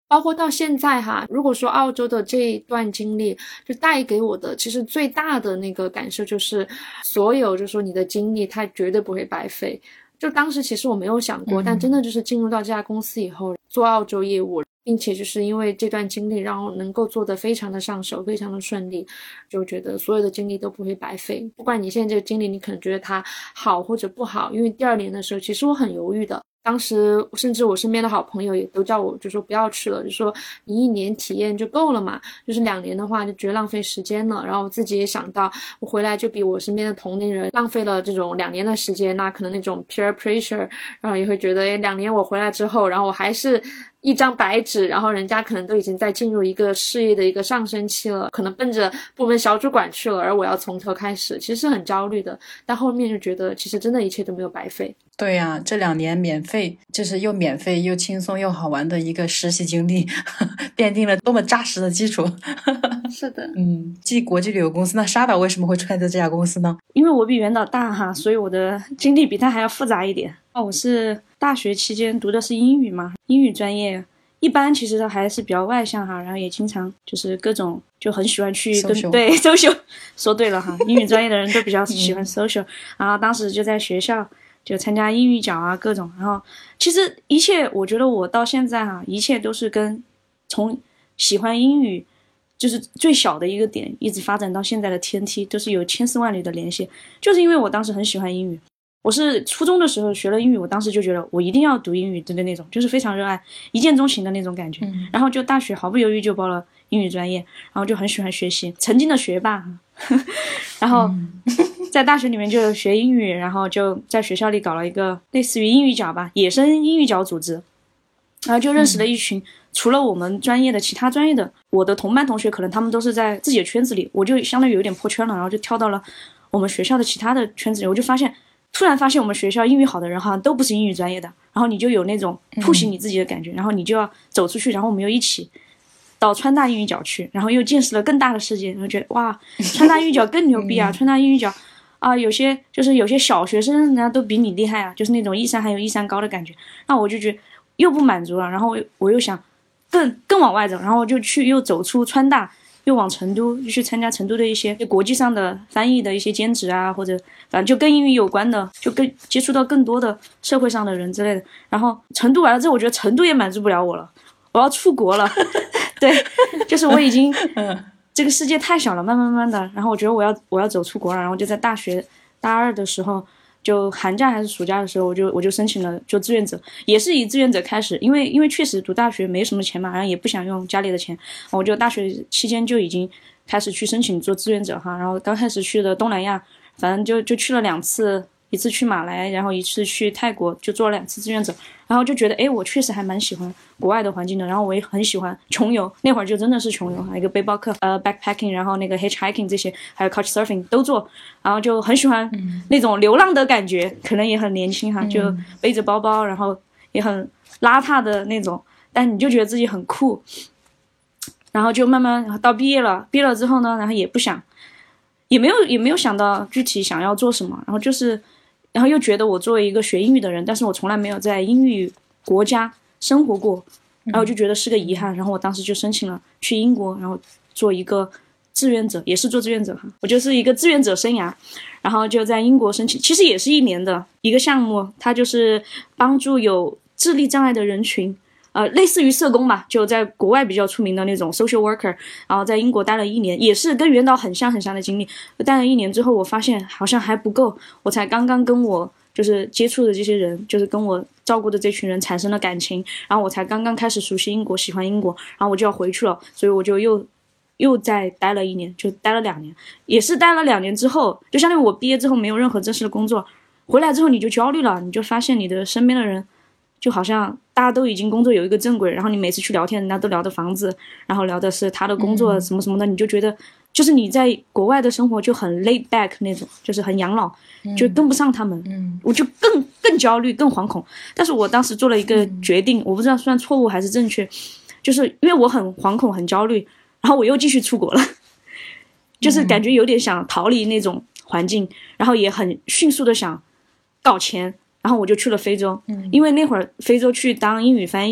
包括到现在哈，如果说澳洲的这一段经历就带给我的其实最大的那个感受就是所有就是说你的经历它绝对不会白费。就当时其实我没有想过、嗯、但真的就是进入到这家公司以后做澳洲业务，并且就是因为这段经历让我能够做得非常的上手，非常的顺利，就觉得所有的经历都不会白费。不管你现在这个经历你可能觉得它好或者不好，因为第二年的时候其实我很犹豫的，当时甚至我身边的好朋友也都叫我就说不要去了，就说你一年体验就够了嘛，就是两年的话就觉得浪费时间了。然后我自己也想到我回来就比我身边的同龄人浪费了这种两年的时间，那可能那种 peer pressure， 然后也会觉得诶两年我回来之后，然后我还是一张白纸，然后人家可能都已经在进入一个事业的一个上升期了，可能奔着部门小主管去了，而我要从头开始，其实是很焦虑的。但后面就觉得其实真的一切都没有白费。 对呀、啊，这两年免费，就是又免费又轻松又好玩的一个实习经历，奠定了多么扎实的基础。 是的， 嗯，继国际旅游公司，那沙导为什么会出现在这家公司呢？ 因为我比袁导大哈，所以我的经历比他还要复杂一点。哦，我是大学期间读的是英语嘛，英语专业。一般其实还是比较外向哈，然后也经常就是各种就很喜欢去跟 social. 对 social 说对了哈，英语专业的人都比较喜欢 social、嗯、然后当时就在学校就参加英语角啊各种，然后其实一切我觉得我到现在哈，一切都是跟从喜欢英语就是最小的一个点一直发展到现在的天梯，都是有千丝万缕的联系，就是因为我当时很喜欢英语。我是初中的时候学了英语，我当时就觉得我一定要读英语的那种，就是非常热爱一见钟情的那种感觉、嗯、然后就大学毫不犹豫就报了英语专业，然后就很喜欢学习，曾经的学霸然后在大学里面就学英语，然后就在学校里搞了一个类似于英语角吧，野生英语角组织，然后就认识了一群、嗯、除了我们专业的其他专业的我的同班同学，可能他们都是在自己的圈子里，我就相当于有点破圈了，然后就跳到了我们学校的其他的圈子里，我就发现突然发现我们学校英语好的人好像都不是英语专业的，然后你就有那种push你自己的感觉、嗯、然后你就要走出去，然后我们又一起到川大英语角去，然后又见识了更大的世界，然后觉得哇川大英语角更牛逼啊、嗯、川大英语角啊，有些就是有些小学生人家都比你厉害啊，就是那种一山还有一山高的感觉，那我就觉得又不满足了，然后我又想更更往外走，然后我就去又走出川大，又往成都又去参加成都的一些国际上的翻译的一些兼职啊，或者反正就跟英语有关的，就跟接触到更多的社会上的人之类的。然后成都完了之后，我觉得成都也满足不了我了，我要出国了对，就是我已经这个世界太小了，慢慢慢的，然后我觉得我要我要走出国了，然后就在大学大二的时候，就寒假还是暑假的时候，我就我就申请了就志愿者，也是以志愿者开始，因为因为确实读大学没什么钱嘛，然后也不想用家里的钱，我就大学期间就已经开始去申请做志愿者哈，然后刚开始去了东南亚，反正就就去了两次，一次去马来，然后一次去泰国，就做了两次志愿者，然后就觉得诶我确实还蛮喜欢国外的环境的，然后我也很喜欢穷游，那会儿就真的是穷游，一个背包客呃 backpacking， 然后那个 hitchhiking 这些还有 couch surfing 都做，然后就很喜欢那种流浪的感觉、嗯、可能也很年轻哈，就背着包包，然后也很邋遢的那种，但你就觉得自己很酷，然后就慢慢到毕业了，毕业了之后呢，然后也不想也没有也没有想到具体想要做什么，然后就是然后又觉得我作为一个学英语的人，但是我从来没有在英语国家生活过，然后就觉得是个遗憾，然后我当时就申请了去英国，然后做一个志愿者，也是做志愿者哈，我就是一个志愿者生涯，然后就在英国申请，其实也是一年的一个项目，它就是帮助有智力障碍的人群，呃，类似于社工吧，就在国外比较出名的那种 social worker， 然后在英国待了一年，也是跟袁导很像很像的经历。待了一年之后，我发现好像还不够，我才刚刚跟我就是接触的这些人，就是跟我照顾的这群人产生了感情，然后我才刚刚开始熟悉英国，喜欢英国，然后我就要回去了，所以我就又又再待了一年，就待了两年，也是待了两年之后，就相当于我毕业之后没有任何正式的工作，回来之后你就焦虑了，你就发现你的身边的人就好像大家都已经工作有一个正轨，然后你每次去聊天人家都聊的房子，然后聊的是他的工作什么什么的、嗯、你就觉得就是你在国外的生活就很 laid back 那种，就是很养老、嗯、就跟不上他们、嗯、我就更更焦虑更惶恐。但是我当时做了一个决定、嗯、我不知道算错误还是正确，就是因为我很惶恐很焦虑，然后我又继续出国了就是感觉有点想逃离那种环境，然后也很迅速的想搞钱，然后我就去了非洲、嗯、因为那会儿非洲去当英语翻译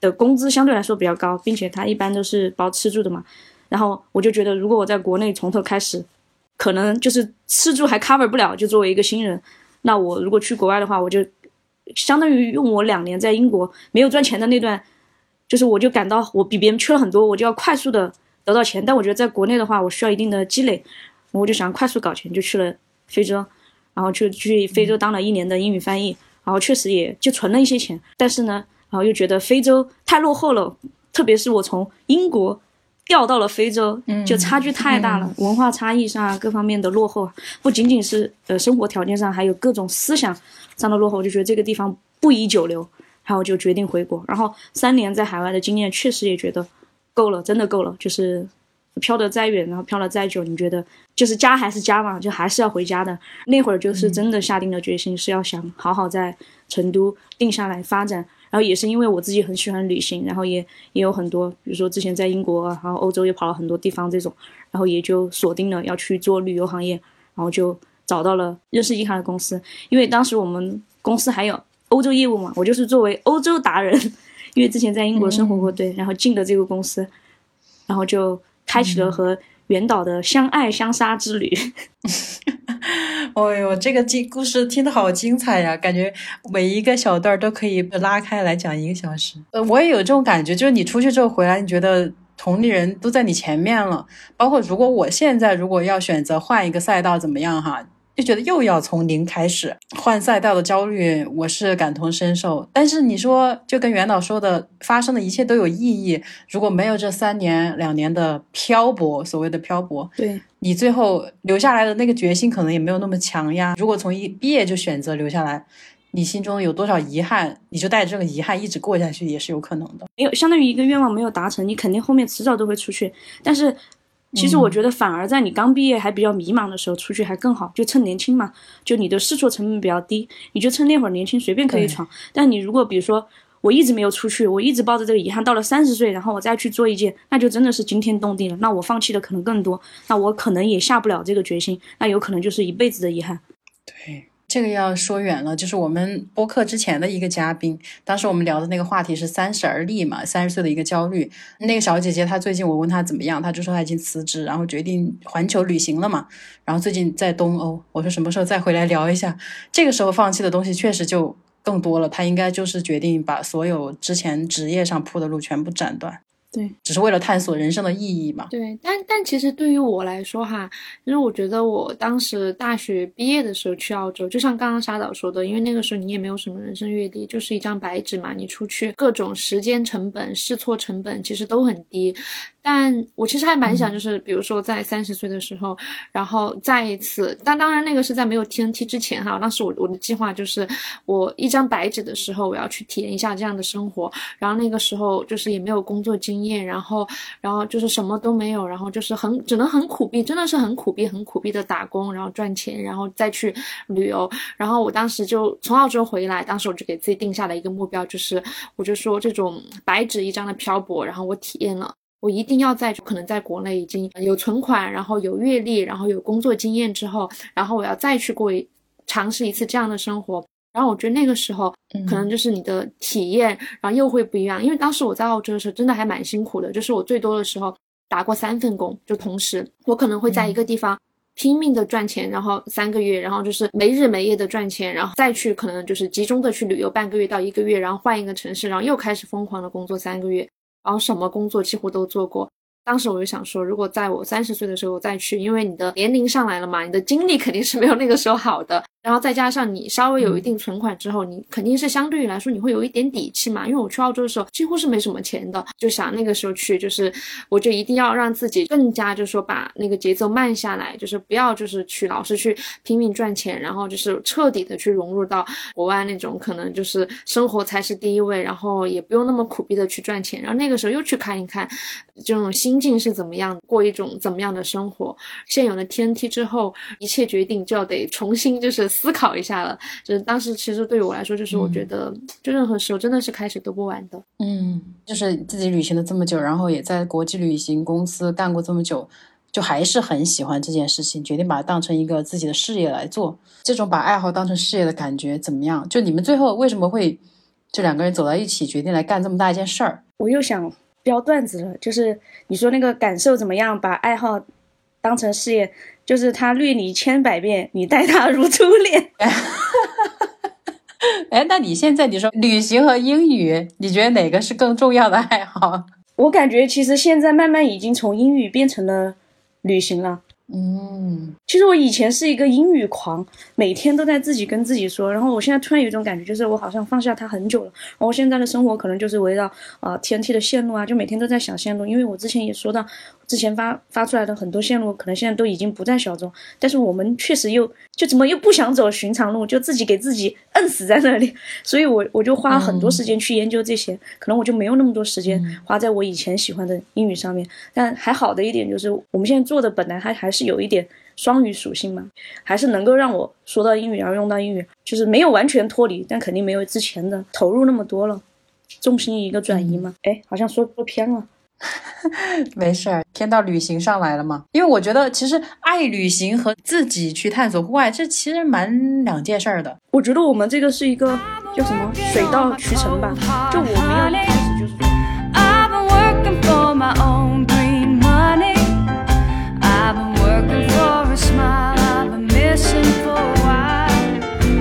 的工资相对来说比较高，并且它一般都是包吃住的嘛。然后我就觉得，如果我在国内从头开始，可能就是吃住还 cover 不了，就作为一个新人，那我如果去国外的话，我就相当于用我两年在英国没有赚钱的那段，就是我就感到我比别人缺了很多，我就要快速的得到钱。但我觉得在国内的话，我需要一定的积累，我就想快速搞钱，就去了非洲，然后去去非洲当了一年的英语翻译，然后确实也就存了一些钱。但是呢，然后又觉得非洲太落后了，特别是我从英国调到了非洲，就差距太大了，嗯、文化差异上各方面的落后，不仅仅是呃生活条件上，还有各种思想上的落后，我就觉得这个地方不宜久留，然后就决定回国。然后三年在海外的经验，确实也觉得够了，真的够了。就是飘得再远，然后飘得再久，你觉得就是家还是家嘛，就还是要回家的。那会儿就是真的下定了决心，是要想好好在成都定下来发展。然后也是因为我自己很喜欢旅行，然后也也有很多，比如说之前在英国，然后欧洲也跑了很多地方这种，然后也就锁定了要去做旅游行业，然后就找到了认识伊卡的公司。因为当时我们公司还有欧洲业务嘛，我就是作为欧洲达人，因为之前在英国生活过，对，然后进了这个公司，然后就开启了和袁导的相爱相杀之旅。 哦呦，这个故事听得好精彩呀，感觉每一个小段都可以拉开来讲一个小时。呃，我也有这种感觉，就是你出去之后回来，你觉得同龄人都在你前面了，包括如果我现在如果要选择换一个赛道怎么样哈，就觉得又要从零开始，换赛道的焦虑我是感同身受。但是你说就跟袁导说的，发生的一切都有意义，如果没有这三年两年的漂泊，所谓的漂泊， 对， 你最后留下来的那个决心可能也没有那么强呀。如果从一毕业就选择留下来，你心中有多少遗憾，你就带着这个遗憾一直过下去也是有可能的。 没有，相当于一个愿望没有达成，你肯定后面迟早都会出去。但是其实我觉得反而在你刚毕业还比较迷茫的时候出去还更好，就趁年轻嘛，就你的试错成本比较低，你就趁那会儿年轻随便可以闯。但你如果比如说我一直没有出去，我一直抱着这个遗憾，到了三十岁然后我再去做一件，那就真的是惊天动地了，那我放弃的可能更多，那我可能也下不了这个决心，那有可能就是一辈子的遗憾。 对，这个要说远了，就是我们播客之前的一个嘉宾，当时我们聊的那个话题是三十而立嘛，三十岁的一个焦虑。那个小姐姐她最近我问她怎么样，她就说她已经辞职，然后决定环球旅行了嘛，然后最近在东欧。我说什么时候再回来聊一下，这个时候放弃的东西确实就更多了，她应该就是决定把所有之前职业上铺的路全部斩断。 对， 只是为了探索人生的意义嘛。 对，但但其实对于我来说哈，因为我觉得我当时大学毕业的时候去澳洲，就像刚刚沙导说的，因为那个时候你也没有什么人生阅历，就是一张白纸嘛，你出去各种时间成本、试错成本其实都很低。但我其实还蛮想，就是比如说在三十岁的时候，然后再一次，但当然那个是在没有 T N T 之前哈，当时我我的计划就是我一张白纸的时候，我要去体验一下这样的生活，然后那个时候就是也没有工作经验，然后然后就是什么都没有，然后就是很只能很苦逼，真的是很苦逼很苦逼的打工，然后赚钱，然后再去旅游。然后我当时就从澳洲回来，当时我就给自己定下了一个目标，就是我就说这种白纸一张的漂泊，然后我体验了，我一定要在可能在国内已经有存款，然后有阅历，然后有工作经验之后，然后我要再去过一尝试一次这样的生活。然后我觉得那个时候可能就是你的体验然后又会不一样，因为当时我在澳洲的时候真的还蛮辛苦的，就是我最多的时候打过三份工，就同时我可能会在一个地方拼命的赚钱，然后三个月，然后就是没日没夜的赚钱，然后再去可能就是集中的去旅游半个月到一个月，然后换一个城市，然后又开始疯狂的工作三个月，然后什么工作几乎都做过。当时我就想说，如果在我三十岁的时候我再去，因为你的年龄上来了嘛，你的精力肯定是没有那个时候好的，然后再加上你稍微有一定存款之后，你肯定是相对于来说你会有一点底气嘛。因为我去澳洲的时候几乎是没什么钱的，就想那个时候去，就是我就一定要让自己更加就是说把那个节奏慢下来，就是不要就是去老是去拼命赚钱，然后就是彻底的去融入到国外那种可能就是生活才是第一位，然后也不用那么苦逼的去赚钱，然后那个时候又去看一看这种心境是怎么样，过一种怎么样的生活。现有的 T N T 之后，一切决定就要得重新就是思考一下了。就是当时其实对于我来说，就是我觉得就任何时候真的是开始都不晚的。 嗯，就是自己旅行了这么久，然后也在国际旅行公司干过这么久，就还是很喜欢这件事情，决定把它当成一个自己的事业来做。这种把爱好当成事业的感觉怎么样？就你们最后为什么会这两个人走到一起，决定来干这么大一件事儿。 我又想标段子了，就是你说那个感受怎么样？把爱好当成事业，就是他虐你千百遍，你待他如初恋。 哎，那你现在你说旅行和英语，你觉得哪个是更重要的爱好？ 我感觉其实现在慢慢已经从英语变成了旅行了。 嗯， 其实我以前是一个英语狂，每天都在自己跟自己说，然后我现在突然有一种感觉，就是我好像放下它很久了。然后我现在的生活可能就是围绕啊、呃、T N T 的线路啊，就每天都在想线路，因为我之前也说到，之前发发出来的很多线路可能现在都已经不在小众，但是我们确实又就怎么又不想走寻常路，就自己给自己摁死在那里，所以我我就花很多时间去研究这些、嗯、可能我就没有那么多时间花在我以前喜欢的英语上面、嗯、但还好的一点就是我们现在做的本来还还是有一点双语属性嘛，还是能够让我说到英语然后用到英语，就是没有完全脱离，但肯定没有之前的投入那么多了，重心一个转移嘛。哎、嗯，好像说说偏了。 没事儿，偏到旅行上来了嘛。因为我觉得其实爱旅行和自己去探索户外，这其实蛮两件事儿的。 我觉得我们这个是一个叫什么水到渠成吧，就我没有一开始就是说 I've been working for my own green money, I've been working for a smile, I've been missing for a while,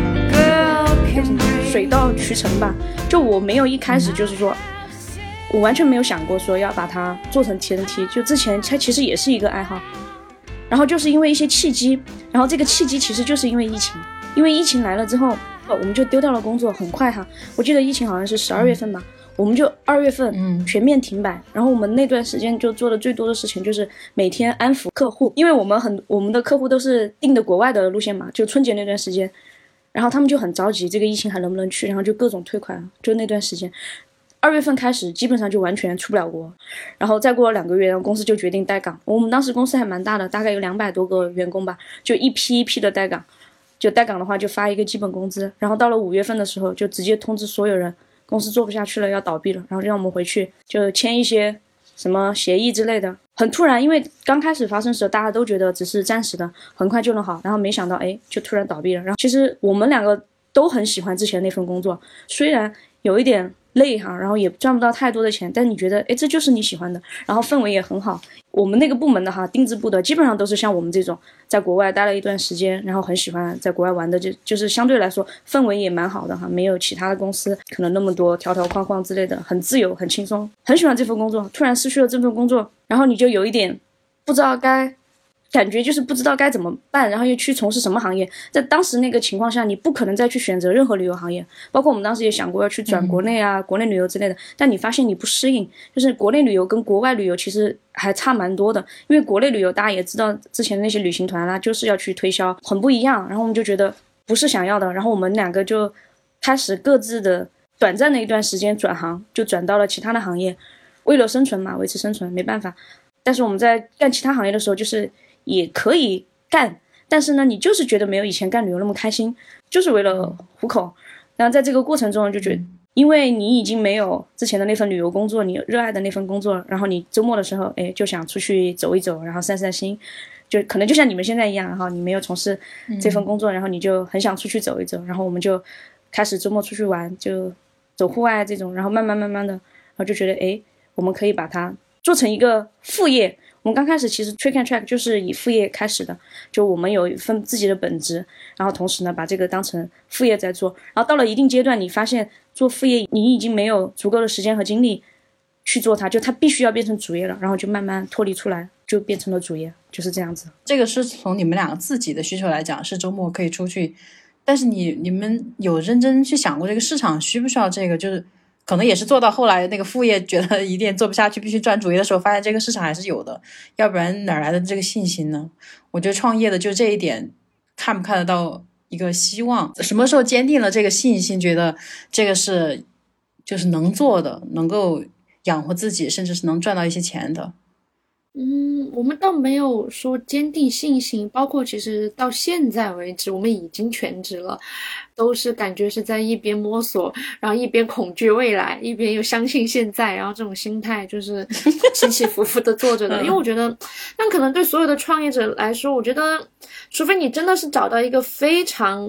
girl can breathe 水到渠成吧，就我没有一开始就是说、嗯我完全没有想过说要把它做成 T N T， 就之前它其实也是一个爱好，然后就是因为一些契机，然后这个契机其实就是因为疫情，因为疫情来了之后我们就丢掉了工作，很快哈，我记得疫情好像是十二月份吧、嗯、我们就二月份全面停摆、嗯、然后我们那段时间就做的最多的事情就是每天安抚客户，因为我们很我们的客户都是订的国外的路线嘛，就春节那段时间，然后他们就很着急这个疫情还能不能去，然后就各种退款，就那段时间二月份开始基本上就完全出不了国，然后再过了两个月，然后公司就决定待岗。我们当时公司还蛮大的，大概有两百多个员工吧，就一批一批的待岗，就待岗的话就发一个基本工资，然后到了五月份的时候就直接通知所有人公司做不下去了要倒闭了，然后让我们回去就签一些什么协议之类的，很突然，因为刚开始发生时候大家都觉得只是暂时的很快就能好，然后没想到哎就突然倒闭了。然后其实我们两个都很喜欢之前那份工作，虽然有一点累哈，然后也赚不到太多的钱，但你觉得诶这就是你喜欢的，然后氛围也很好。我们那个部门的哈，定制部的基本上都是像我们这种在国外待了一段时间，然后很喜欢在国外玩的，就就是相对来说氛围也蛮好的哈，没有其他的公司可能那么多条条框框之类的，很自由很轻松，很喜欢这份工作。突然失去了这份工作，然后你就有一点不知道该感觉就是不知道该怎么办，然后又去从事什么行业。在当时那个情况下，你不可能再去选择任何旅游行业，包括我们当时也想过要去转国内啊、嗯、国内旅游之类的，但你发现你不适应，就是国内旅游跟国外旅游其实还差蛮多的。因为国内旅游大家也知道，之前的那些旅行团啦、啊，就是要去推销，很不一样，然后我们就觉得不是想要的，然后我们两个就开始各自的短暂的一段时间转行，就转到了其他的行业，为了生存嘛，维持生存没办法。但是我们在干其他行业的时候就是也可以干，但是呢你就是觉得没有以前干旅游那么开心，就是为了糊口。然后在这个过程中就觉得，因为你已经没有之前的那份旅游工作，你热爱的那份工作，然后你周末的时候哎就想出去走一走，然后散散心，就可能就像你们现在一样，然后你没有从事这份工作、嗯、然后你就很想出去走一走，然后我们就开始周末出去玩，就走户外这种，然后慢慢慢慢的，然后就觉得哎我们可以把它做成一个副业。我们刚开始其实 Trick and Track 就是以副业开始的，就我们有一份自己的本职，然后同时呢把这个当成副业在做，然后到了一定阶段你发现做副业你已经没有足够的时间和精力去做它，就它必须要变成主业了，然后就慢慢脱离出来，就变成了主业，就是这样子。 这个是从你们两个自己的需求来讲，是周末可以出去，但是你你们有认真去想过这个市场需不需要这个，就是可能也是做到后来那个副业觉得一定做不下去必须赚主业的时候，发现这个市场还是有的，要不然哪来的这个信心呢？我觉得创业的就这一点看不看得到一个希望，什么时候坚定了这个信心，觉得这个是就是能做的，能够养活自己，甚至是能赚到一些钱的。 嗯，我们倒没有说坚定信心，包括其实到现在为止我们已经全职了，都是感觉是在一边摸索，然后一边恐惧未来，一边又相信现在，然后这种心态就是起起伏伏的做着的。因为我觉得但可能对所有的创业者来说，我觉得除非你真的是找到一个非常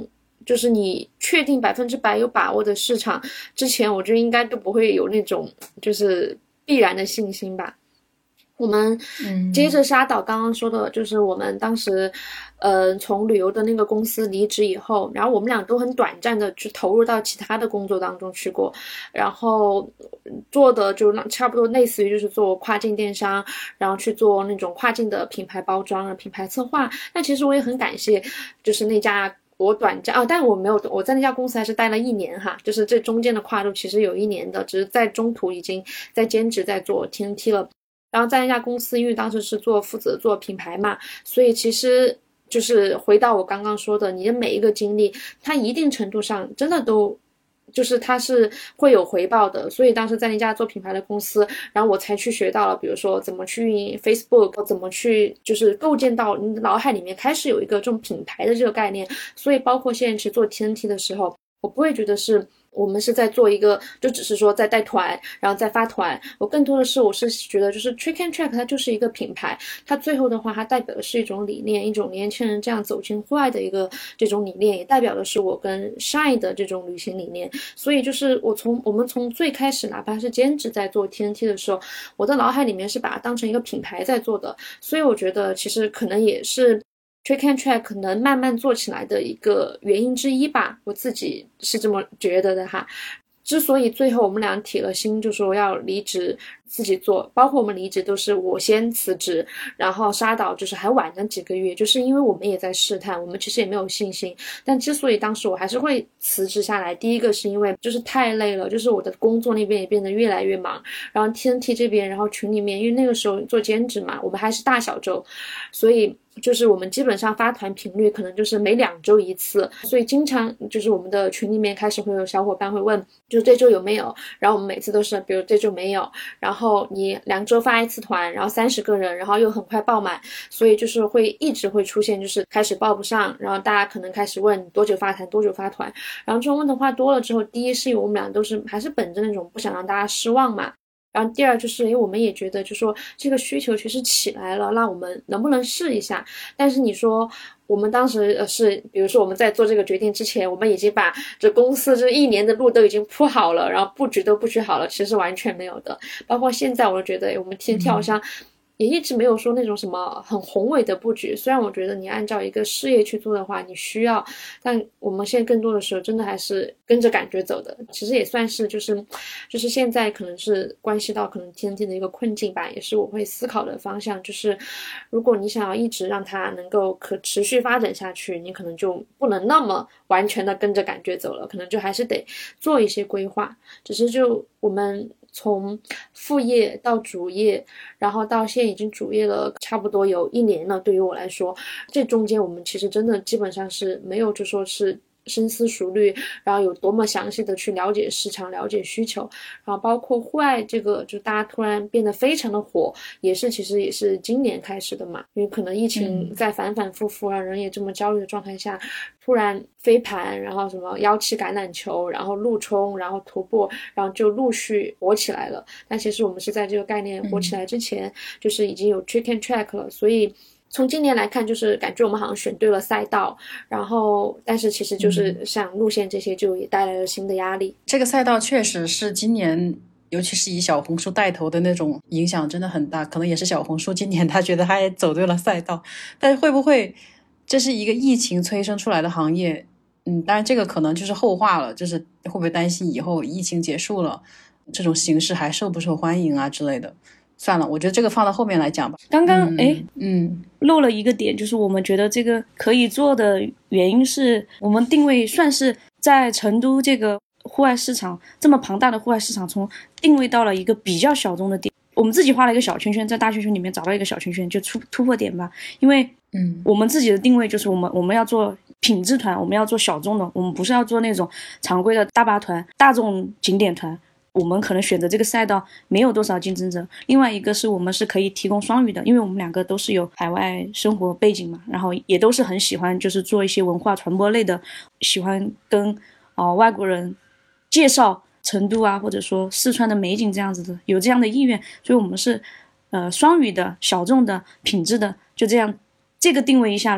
就是你确定百分之百有把握的市场之前，我觉得应该都不会有那种就是必然的信心吧。我们接着沙岛刚刚说的，就是我们当时，呃，从旅游的那个公司离职以后，然后我们俩都很短暂的去投入到其他的工作当中去过，然后做的就差不多类似于就是做跨境电商，然后去做那种跨境的品牌包装、品牌策划。那其实我也很感谢，就是那家。我短暂啊，但我没有，我在那家公司还是待了一年哈，就是这中间的跨度其实有一年的，只是在中途已经在兼职在做 T N T 了。然后在那家公司，因为当时是做负责做品牌嘛，所以其实就是回到我刚刚说的，你的每一个经历，它一定程度上真的都。就是它是会有回报的，所以当时在那家做品牌的公司，然后我才去学到了，比如说怎么去运营 Facebook， 怎么去就是构建到你的脑海里面开始有一个这种品牌的这个概念。所以包括现在去做 T N T 的时候，我不会觉得是我们是在做一个就只是说在带团然后再发团，我更多的是我是觉得就是 Trick and Track 它就是一个品牌，它最后的话它代表的是一种理念，一种年轻人这样走进户外的一个这种理念，也代表的是我跟 Shine 的这种旅行理念。所以就是我从我们从最开始哪怕是兼职在做 T N T 的时候，我的脑海里面是把它当成一个品牌在做的，所以我觉得其实可能也是Trick and Track 能慢慢做起来的一个原因之一吧，我自己是这么觉得的哈。之所以最后我们俩铁了心就说要离职自己做，包括我们离职都是我先辞职，然后沙岛就是还晚了几个月，就是因为我们也在试探，我们其实也没有信心。但之所以当时我还是会辞职下来，第一个是因为就是太累了，就是我的工作那边也变得越来越忙，然后 T N T 这边，然后群里面因为那个时候做兼职嘛，我们还是大小周，所以就是我们基本上发团频率可能就是每两周一次，所以经常就是我们的群里面开始会有小伙伴会问就是这周有没有，然后我们每次都是比如这周没有，然后你两周发一次团，然后三十个人，然后又很快爆满，所以就是会一直会出现就是开始报不上，然后大家可能开始问多久发团多久发团，然后这种问的话多了之后，第一是因为我们俩都是还是本着那种不想让大家失望嘛，然后第二就是因为我们也觉得就说这个需求其实起来了，那我们能不能试一下。但是你说我们当时呃是比如说我们在做这个决定之前，我们已经把这公司这一年的路都已经铺好了，然后布局都布局好了，其实完全没有的。包括现在我觉得我们 T N T 好像也一直没有说那种什么很宏伟的布局，虽然我觉得你按照一个事业去做的话你需要，但我们现在更多的时候真的还是跟着感觉走的。其实也算是就是就是现在可能是关系到可能 T N T 的一个困境吧，也是我会思考的方向，就是如果你想要一直让它能够可持续发展下去，你可能就不能那么完全的跟着感觉走了，可能就还是得做一些规划。只是就我们从副业到主业，然后到现在已经主业了差不多有一年了，对于我来说这中间我们其实真的基本上是没有就说是深思熟虑，然后有多么详细的去了解市场了解需求，然后包括户外这个就大家突然变得非常的火，也是其实也是今年开始的嘛，因为可能疫情在反反复复让人也这么焦虑的状态下，突然飞盘然后什么腰旗橄榄球然后路冲然后徒步然后就陆续火起来了。但其实我们是在这个概念火起来之前、嗯、就是已经有 Trick and Track 了，所以从今年来看就是感觉我们好像选对了赛道，然后但是其实就是像路线这些就也带来了新的压力、嗯、 这个赛道确实是今年尤其是以小红书带头的那种影响真的很大，可能也是小红书今年他觉得他也走对了赛道，但是会不会这是一个疫情催生出来的行业，嗯，当然这个可能就是后话了，就是会不会担心以后疫情结束了这种形式还受不受欢迎啊之类的，算了，我觉得这个放到后面来讲吧。 刚刚哎， 嗯， 漏了一个点，就是我们觉得这个可以做的原因是我们定位算是在成都这个户外市场这么庞大的户外市场，从定位到了一个比较小众的点。我们自己画了一个小圈圈，在大圈圈里面找到一个小圈圈，就突突破点吧。因为嗯，我们自己的定位就是我们我们要做品质团，我们要做小众的，我们不是要做那种常规的大巴团、大众景点团。我们可能选择这个赛道没有多少竞争者，另外一个是我们是可以提供双语的，因为我们两个都是有海外生活背景嘛，然后也都是很喜欢就是做一些文化传播类的，喜欢跟呃外国人介绍成都啊或者说四川的美景这样子的，有这样的意愿，所以我们是呃双语的小众的品质的，就这样这个定位一下来，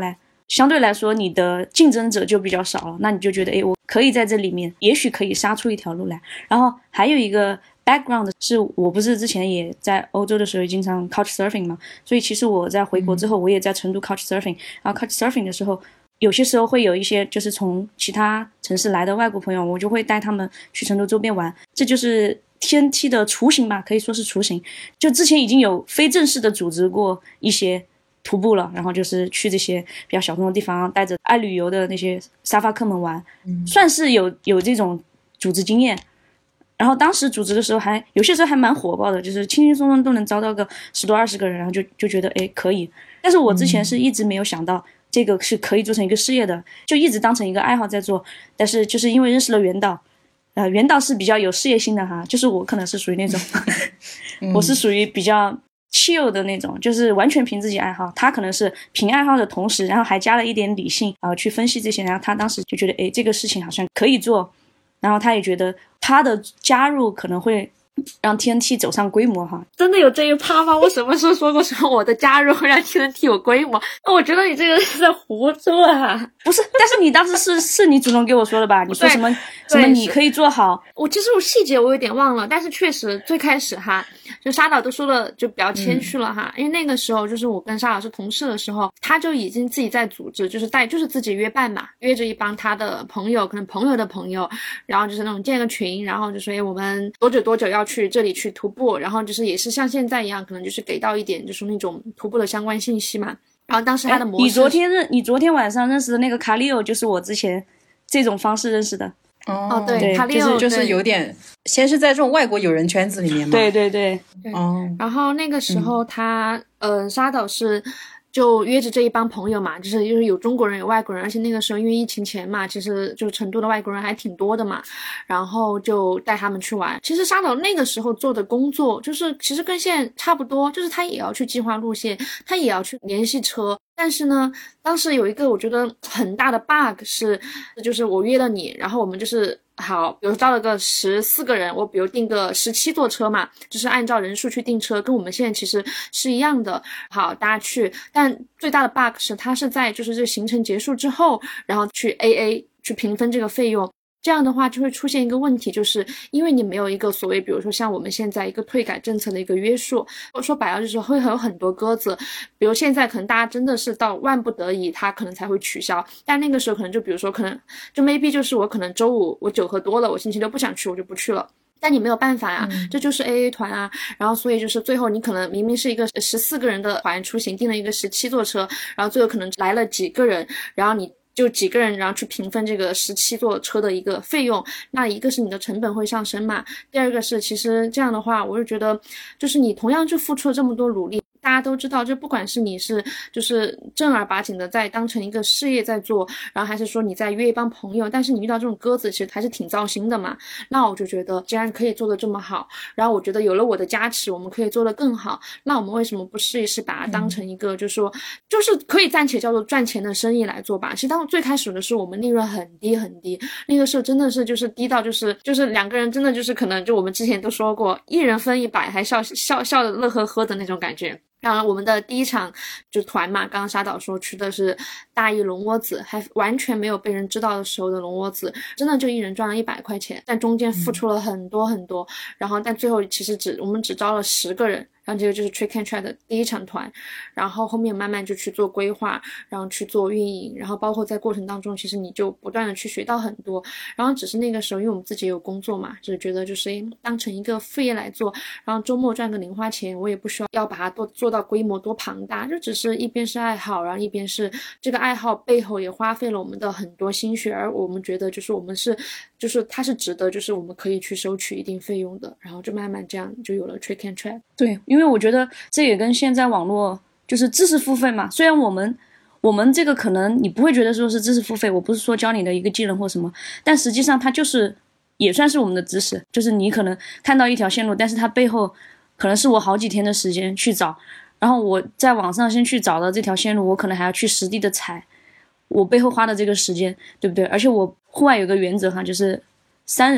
相对来说你的竞争者就比较少了，那你就觉得诶，我可以在这里面也许可以杀出一条路来。然后还有一个 background 是我不是之前也在欧洲的时候也经常 couch surfing 嘛，所以其实我在回国之后我也在成都 couch surfing， 然后 couch surfing 的时候有些时候会有一些就是从其他城市来的外国朋友，我就会带他们去成都周边玩，这就是 T N T 的雏形吧，可以说是雏形。就之前已经有非正式的组织过一些徒步了，然后就是去这些比较小众的地方，带着爱旅游的那些沙发客们玩，嗯、算是有有这种组织经验。然后当时组织的时候还有些时候还蛮火爆的，就是轻轻松松都能招到个十多二十个人，然后就就觉得诶可以。但是我之前是一直没有想到这个是可以做成一个事业的，就一直当成一个爱好在做。但是就是因为认识了袁导，呃，袁导是比较有事业心的哈，就是我可能是属于那种，我是属于比较 chill 的那种，就是完全凭自己爱好。他可能是凭爱好的同时，然后还加了一点理性，然后去分析这些。然后他当时就觉得，诶，这个事情好像可以做。然后他也觉得他的加入可能会让 T N T 走上规模哈。 真的有这一趴吗？我什么时候说过说我的加入会让 T N T 有规模？我觉得你这个是在胡说啊！ 不是，但是你当时是是你主动给我说的吧？你说什么什么你可以做好？ 我其实我细节我有点忘了，但是确实最开始哈，就沙导都说的就比较谦虚了哈、嗯，因为那个时候就是我跟沙导是同事的时候，他就已经自己在组织，就是带就是自己约伴嘛，约着一帮他的朋友，可能朋友的朋友，然后就是那种建个群，然后就说诶我们多久多久要去这里去徒步，然后就是也是像现在一样，可能就是给到一点就是那种徒步的相关信息嘛。然后当时他的模式， 你昨天认你昨天晚上认识的那个卡利欧，就是我之前这种方式认识的。 哦， 对，卡利欧就是就是有点，先是在这种外国友人圈子里面嘛。 对对对。 对哦。 然后那个时候他，嗯、呃，沙导是。就约着这一帮朋友嘛，就是就是有中国人有外国人，而且那个时候因为疫情前嘛，其实就成都的外国人还挺多的嘛，然后就带他们去玩。其实沙导那个时候做的工作就是其实跟现在差不多，就是他也要去计划路线，他也要去联系车，但是呢当时有一个我觉得很大的 bug 是，就是我约了你，然后我们就是好，比如招了个十四个人，我比如订个十七座车嘛，就是按照人数去订车，跟我们现在其实是一样的。好，大家去，但最大的 bug 是它是在就是这个行程结束之后，然后去 A A 去平分这个费用。这样的话就会出现一个问题，就是因为你没有一个所谓比如说像我们现在一个退改政策的一个约束，说白了就是会有很多鸽子，比如现在可能大家真的是到万不得已他可能才会取消，但那个时候可能就比如说可能就 maybe 就是我可能周五我酒喝多了，我星期六不想去我就不去了，但你没有办法呀、啊嗯、这就是 A A 团啊，然后所以就是最后你可能明明是一个十四个人的团出行，订了一个十七座车，然后最后可能来了几个人，然后你就几个人然后去平分这个十七座车的一个费用，那一个是你的成本会上升嘛，第二个是其实这样的话我就觉得就是你同样就付出了这么多努力，大家都知道就不管是你是就是正儿八经的在当成一个事业在做，然后还是说你在约一帮朋友，但是你遇到这种鸽子其实还是挺糟心的嘛。那我就觉得既然可以做得这么好，然后我觉得有了我的加持我们可以做得更好，那我们为什么不试一试把它当成一个就是说就是可以暂且叫做赚钱的生意来做吧。其实当最开始的时候我们利润很低很低，那个时候真的是就是低到就是就是两个人真的就是可能就我们之前都说过一人分一百还笑笑笑的乐呵呵的那种感觉。然后我们的第一场就团嘛，刚刚沙导说去的是大邑龙窝子，还完全没有被人知道的时候的龙窝子，真的就一人赚了一百块钱，但中间付出了很多很多、嗯、然后但最后其实只我们只招了十个人，然后这个就是 Trick and Track 的第一场团，然后后面慢慢就去做规划，然后去做运营，然后包括在过程当中其实你就不断的去学到很多，然后只是那个时候因为我们自己有工作嘛，就是觉得就是当成一个副业来做，然后周末赚个零花钱，我也不需要要把它多做到规模多庞大，就只是一边是爱好，然后一边是这个爱好背后也花费了我们的很多心血，而我们觉得就是我们是就是它是值得就是我们可以去收取一定费用的，然后就慢慢这样就有了 Trick and Track。 对，因为我觉得这也跟现在网络就是知识付费嘛，虽然我们我们这个可能你不会觉得说是知识付费，我不是说教你的一个技能或什么，但实际上它就是也算是我们的知识，就是你可能看到一条线路，但是它背后可能是我好几天的时间去找，然后我在网上先去找到这条线路，我可能还要去实地的踩，我背后花的这个时间，对不对？而且我户外有个原则哈，就是三人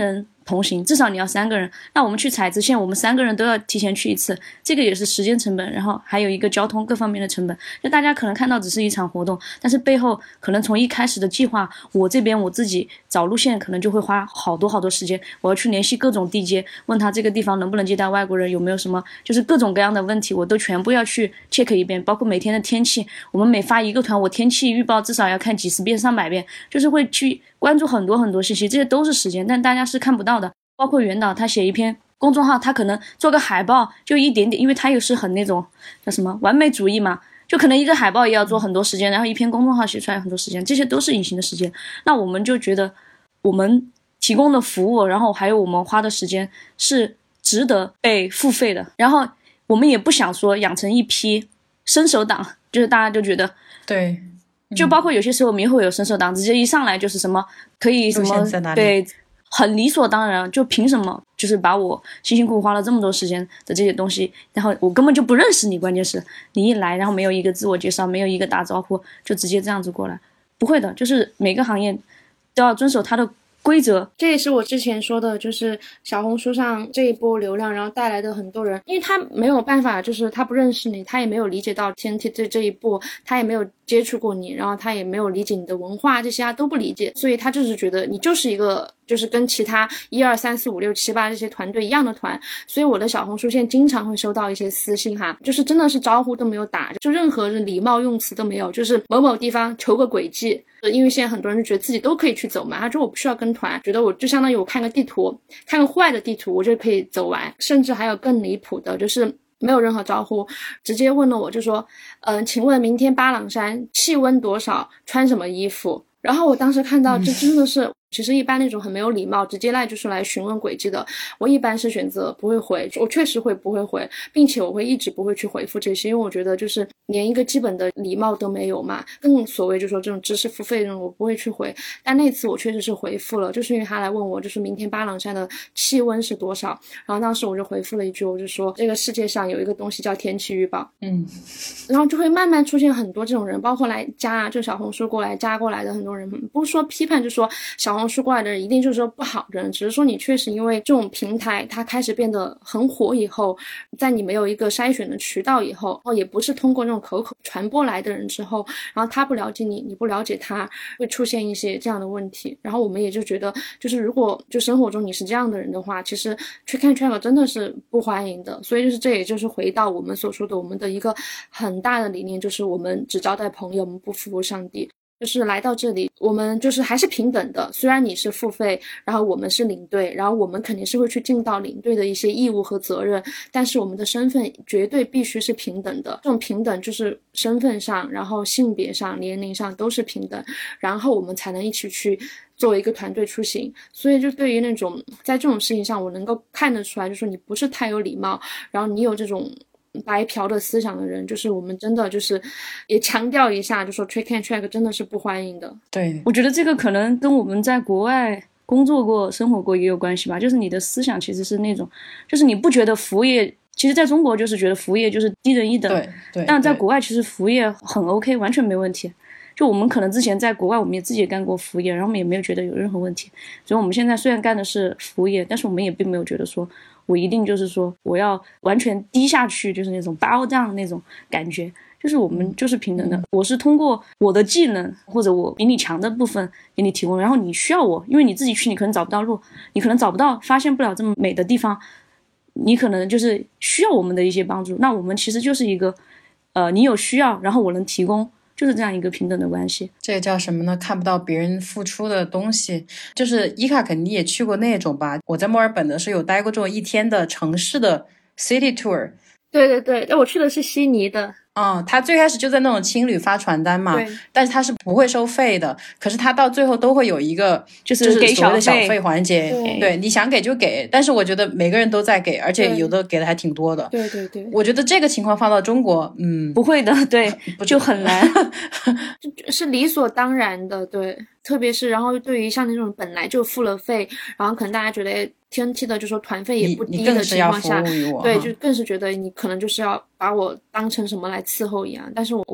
同行，至少你要三个人。那我们去采子线，我们三个人都要提前去一次，这个也是时间成本，然后还有一个交通各方面的成本。就大家可能看到只是一场活动，但是背后可能从一开始的计划，我这边我自己找路线可能就会花好多好多时间，我要去联系各种地接，问他这个地方能不能接待外国人，有没有什么就是各种各样的问题，我都全部要去 check 一遍，包括每天的天气，我们每发一个团，我天气预报至少要看几十遍上百遍，就是会去关注很多很多信息，这些都是时间，但大家是看不到的。包括袁导他写一篇公众号，他可能做个海报就一点点，因为他又是很那种叫什么完美主义嘛，就可能一个海报也要做很多时间，然后一篇公众号写出来很多时间，这些都是隐形的时间。那我们就觉得我们提供的服务，然后还有我们花的时间是值得被付费的，然后我们也不想说养成一批伸手党，就是大家就觉得对， 就包括有些时候我们也会有伸手党，直接一上来就是什么可以什么对，很理所当然，就凭什么就是把我辛辛苦苦花了这么多时间的这些东西，然后我根本就不认识你，关键是你一来然后没有一个自我介绍，没有一个打招呼，就直接这样子过来，不会的，就是每个行业都要遵守它的规则。 这也是我之前说的，就是小红书上这一波流量然后带来的很多人，因为他没有办法，就是他不认识你，他也没有理解到 T N T 这这一步，他也没有接触过你，然后他也没有理解你的文化，这些他都不理解，所以他就是觉得你就是一个就是跟其他一二三四五六七八这些团队一样的团。所以我的小红书现在经常会收到一些私信哈，就是真的是招呼都没有打，就任何礼貌用词都没有，就是某某地方求个轨迹。因为现在很多人就觉得自己都可以去走嘛，他说我不需要跟团，觉得我就相当于我看个地图，看个户外的地图我就可以走完。甚至还有更离谱的，就是没有任何招呼，直接问了我就说嗯、呃，请问明天巴朗山气温多少，穿什么衣服。然后我当时看到这真的是、嗯、其实一般那种很没有礼貌直接来就是来询问轨迹的，我一般是选择不会回，我确实会不会回，并且我会一直不会去回复这些，因为我觉得就是连一个基本的礼貌都没有嘛，更所谓就是说这种知识付费这种我不会去回。但那次我确实是回复了，就是因为他来问我就是明天巴朗山的气温是多少，然后当时我就回复了一句，我就说这个世界上有一个东西叫天气预报。嗯，然后就会慢慢出现很多这种人，包括来加就小红书过来加过来的很多人，不是说批判就说小红书过来的人一定就是说不好的人，只是说你确实因为这种平台它开始变得很火以后，在你没有一个筛选的渠道以后，也不是通过那种口口传播来的人之后，然后他不了解你，你不了解他，会出现一些这样的问题。然后我们也就觉得就是如果就生活中你是这样的人的话，其实 Trick and Track 真的是不欢迎的。所以就是这也就是回到我们所说的我们的一个很大的理念，就是我们只招待朋友，我们不服务上帝。就是来到这里我们就是还是平等的，虽然你是付费，然后我们是领队，然后我们肯定是会去尽到领队的一些义务和责任，但是我们的身份绝对必须是平等的。这种平等就是身份上，然后性别上，年龄上都是平等，然后我们才能一起去作为一个团队出行。所以就对于那种在这种事情上我能够看得出来，就是说你不是太有礼貌，然后你有这种白嫖的思想的人，就是我们真的就是也强调一下，就说 Trick and Track 真的是不欢迎的。 对， 我觉得这个可能跟我们在国外工作过生活过也有关系吧，就是你的思想其实是那种，就是你不觉得服务业，其实在中国就是觉得服务业就是低人一等， 对对， 但在国外其实服务业很 OK， 完全没问题。就我们可能之前在国外我们也自己也干过服务业，然后我们也没有觉得有任何问题，所以我们现在虽然干的是服务业，但是我们也并没有觉得说我一定就是说我要完全低下去，就是那种bow down那种感觉，就是我们就是平等的、嗯、我是通过我的技能或者我比你强的部分给你提供，然后你需要我，因为你自己去你可能找不到路，你可能找不到发现不了这么美的地方，你可能就是需要我们的一些帮助，那我们其实就是一个呃，你有需要然后我能提供，就是这样一个平等的关系。 这个叫什么呢？看不到别人付出的东西。就是伊卡肯定也去过那种吧，我在墨尔本的时候有待过这种一天的城市的 city tour。 对对对，我去的是悉尼的。 嗯，他最开始就在那种青旅发传单嘛，但是他是不会收费的，可是他到最后都会有一个就是给所谓的小费环节， 对, 对，你想给就给，但是我觉得每个人都在给，而且有的给的还挺多的。 对对对， 我觉得这个情况放到中国，嗯， 不会的，对，就很难， 是理所当然的，对。特别是然后对于像那种本来就付了费，然后可能大家觉得 T N T 的就说团费也不低的情况下，对，就更是觉得你可能就是要把我当成什么来伺候一样，但是我们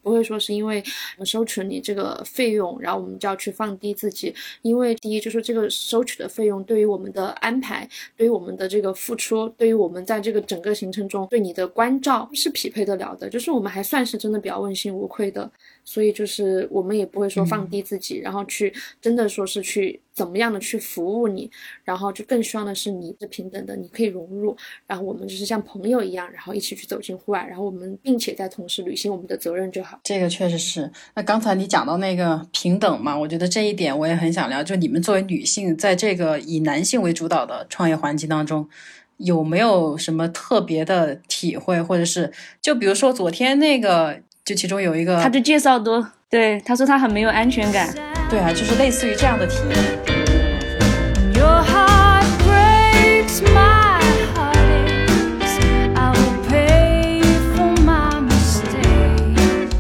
不会说是因为收取你这个费用，然后我们就要去放低自己。因为第一就是这个收取的费用对于我们的安排，对于我们的这个付出，对于我们在这个整个行程中对你的关照是匹配得了的，就是我们还算是真的比较问心无愧的，所以就是我们也不会说放低自己、嗯、然后去真的说是去怎么样的去服务你，然后就更希望的是你是平等的，你可以融入，然后我们就是像朋友一样，然后一起去走进户外，然后我们并且在同时履行我们的责任就好。 这个确实是。那刚才你讲到那个平等嘛，我觉得这一点我也很想聊，就你们作为女性在这个以男性为主导的创业环境当中，有没有什么特别的体会，或者是就比如说昨天那个就其中有一个他就介绍多，对，他说他很没有安全感。 对啊，就是类似于这样的体验。 Your heart breaks, my heart aches. I will pay for my mistakes.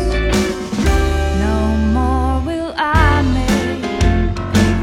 No more will I make.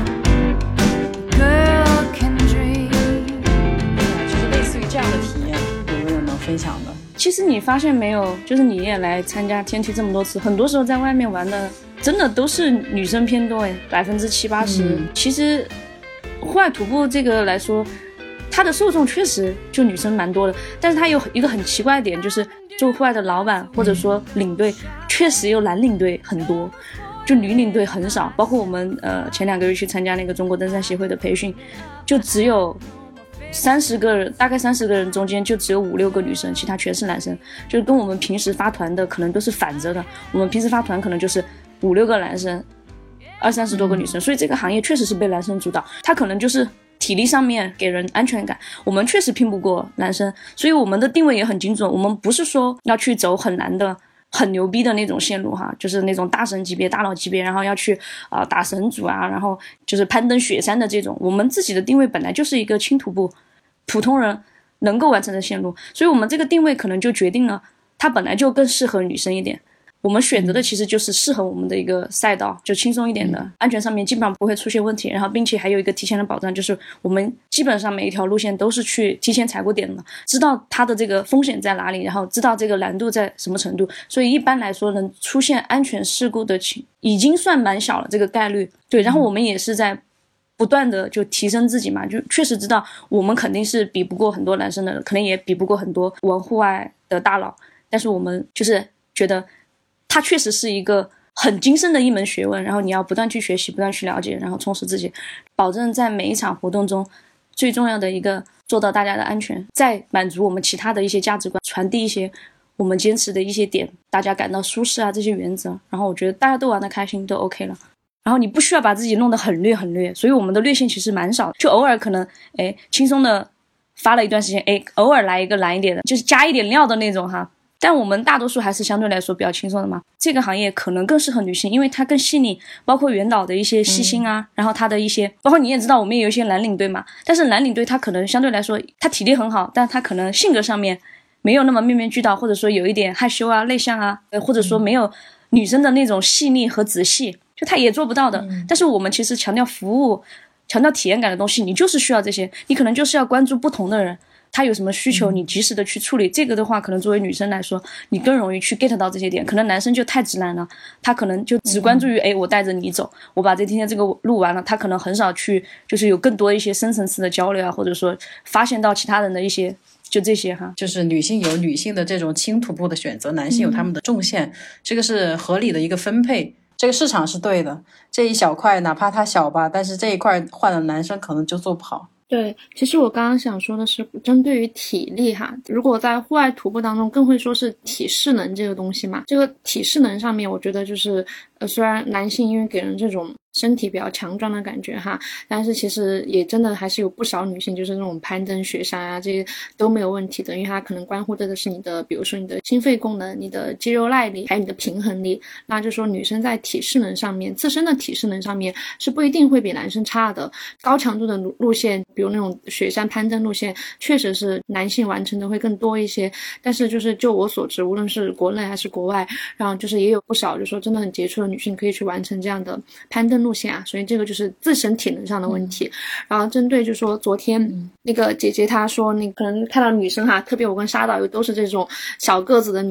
Girl can dream. 就是类似于这样的体验，有没有能分享的？ 其实你发现没有，就是你也来参加天梯这么多次，很多时候在外面玩的真的都是女生偏多诶，百分之七八十。其实户外徒步这个来说，它的受众确实就女生蛮多的，但是它有一个很奇怪的点，就是做户外的老板或者说领队，确实有男领队很多，就女领队很少。包括我们呃前两个月去参加那个中国登山协会的培训，就只有三十个人，大概三十个人中间就只有五六个女生，其他全是男生，就是跟我们平时发团的可能都是反着的。我们平时发团可能就是五六个男生，二三十多个女生，所以这个行业确实是被男生主导，他可能就是体力上面给人安全感，我们确实拼不过男生，所以我们的定位也很精准，我们不是说要去走很难的很牛逼的那种线路哈，就是那种大神级别大佬级别，然后要去啊、呃、打神组啊，然后就是攀登雪山的这种，我们自己的定位本来就是一个轻徒步普通人能够完成的线路，所以我们这个定位可能就决定了它本来就更适合女生一点，我们选择的其实就是适合我们的一个赛道，就轻松一点的，安全上面基本上不会出现问题，然后并且还有一个提前的保障，就是我们基本上每一条路线都是去提前踩过点的，知道它的这个风险在哪里，然后知道这个难度在什么程度，所以一般来说能出现安全事故的情已经算蛮小了，这个概率。对，然后我们也是在不断的就提升自己嘛，就确实知道我们肯定是比不过很多男生的，可能也比不过很多玩户外的大佬，但是我们就是觉得它确实是一个很精深的一门学问，然后你要不断去学习，不断去了解，然后充实自己，保证在每一场活动中最重要的一个做到大家的安全，再满足我们其他的一些价值观，传递一些我们坚持的一些点，大家感到舒适啊这些原则，然后我觉得大家都玩得开心都 OK 了，然后你不需要把自己弄得很虐很虐，所以我们的劣性其实蛮少，就偶尔可能诶轻松的发了一段时间，诶偶尔来一个难一点的，就是加一点料的那种哈。但我们大多数还是相对来说比较轻松的嘛，这个行业可能更适合女性，因为它更细腻，包括原导的一些细心啊、嗯、然后它的一些，包括你也知道我们也有一些蓝领队嘛，但是蓝领队他可能相对来说他体力很好，但他可能性格上面没有那么面面俱到，或者说有一点害羞啊内向啊，或者说没有女生的那种细腻和仔细，就他也做不到的、嗯、但是我们其实强调服务强调体验感的东西，你就是需要这些，你可能就是要关注不同的人，他有什么需求你及时的去处理、嗯、这个的话可能作为女生来说你更容易去 get 到这些点，可能男生就太直男了，他可能就只关注于哎、嗯，我带着你走，我把这今天这个录完了，他可能很少去就是有更多一些深层次的交流啊，或者说发现到其他人的一些就这些哈， 就是女性有女性的这种轻徒步的选择，男性有他们的重线、嗯、这个是合理的一个分配，这个市场是对的，这一小块哪怕它小吧，但是这一块换了男生可能就做不好。 对，其实我刚刚想说的是针对于体力哈，如果在户外徒步当中更会说是体适能这个东西嘛，这个体适能上面我觉得就是呃，虽然男性因为给人这种身体比较强壮的感觉哈，但是其实也真的还是有不少女性就是那种攀登雪山啊这些都没有问题的，因为它可能关乎的是你的比如说你的心肺功能，你的肌肉耐力还有你的平衡力，那就说女生在体适能上面自身的体适能上面是不一定会比男生差的，高强度的路线比如那种雪山攀登路线确实是男性完成的会更多一些，但是就是就我所知无论是国内还是国外，然后就是也有不少就说真的很杰出的女性可以去完成这样的攀登路线啊，所以这个就是自身体能上的问题、嗯、然后针对就说昨天、嗯、那个姐姐她说你可能看到女生哈，特别我跟沙导又都是这种小个子的女生，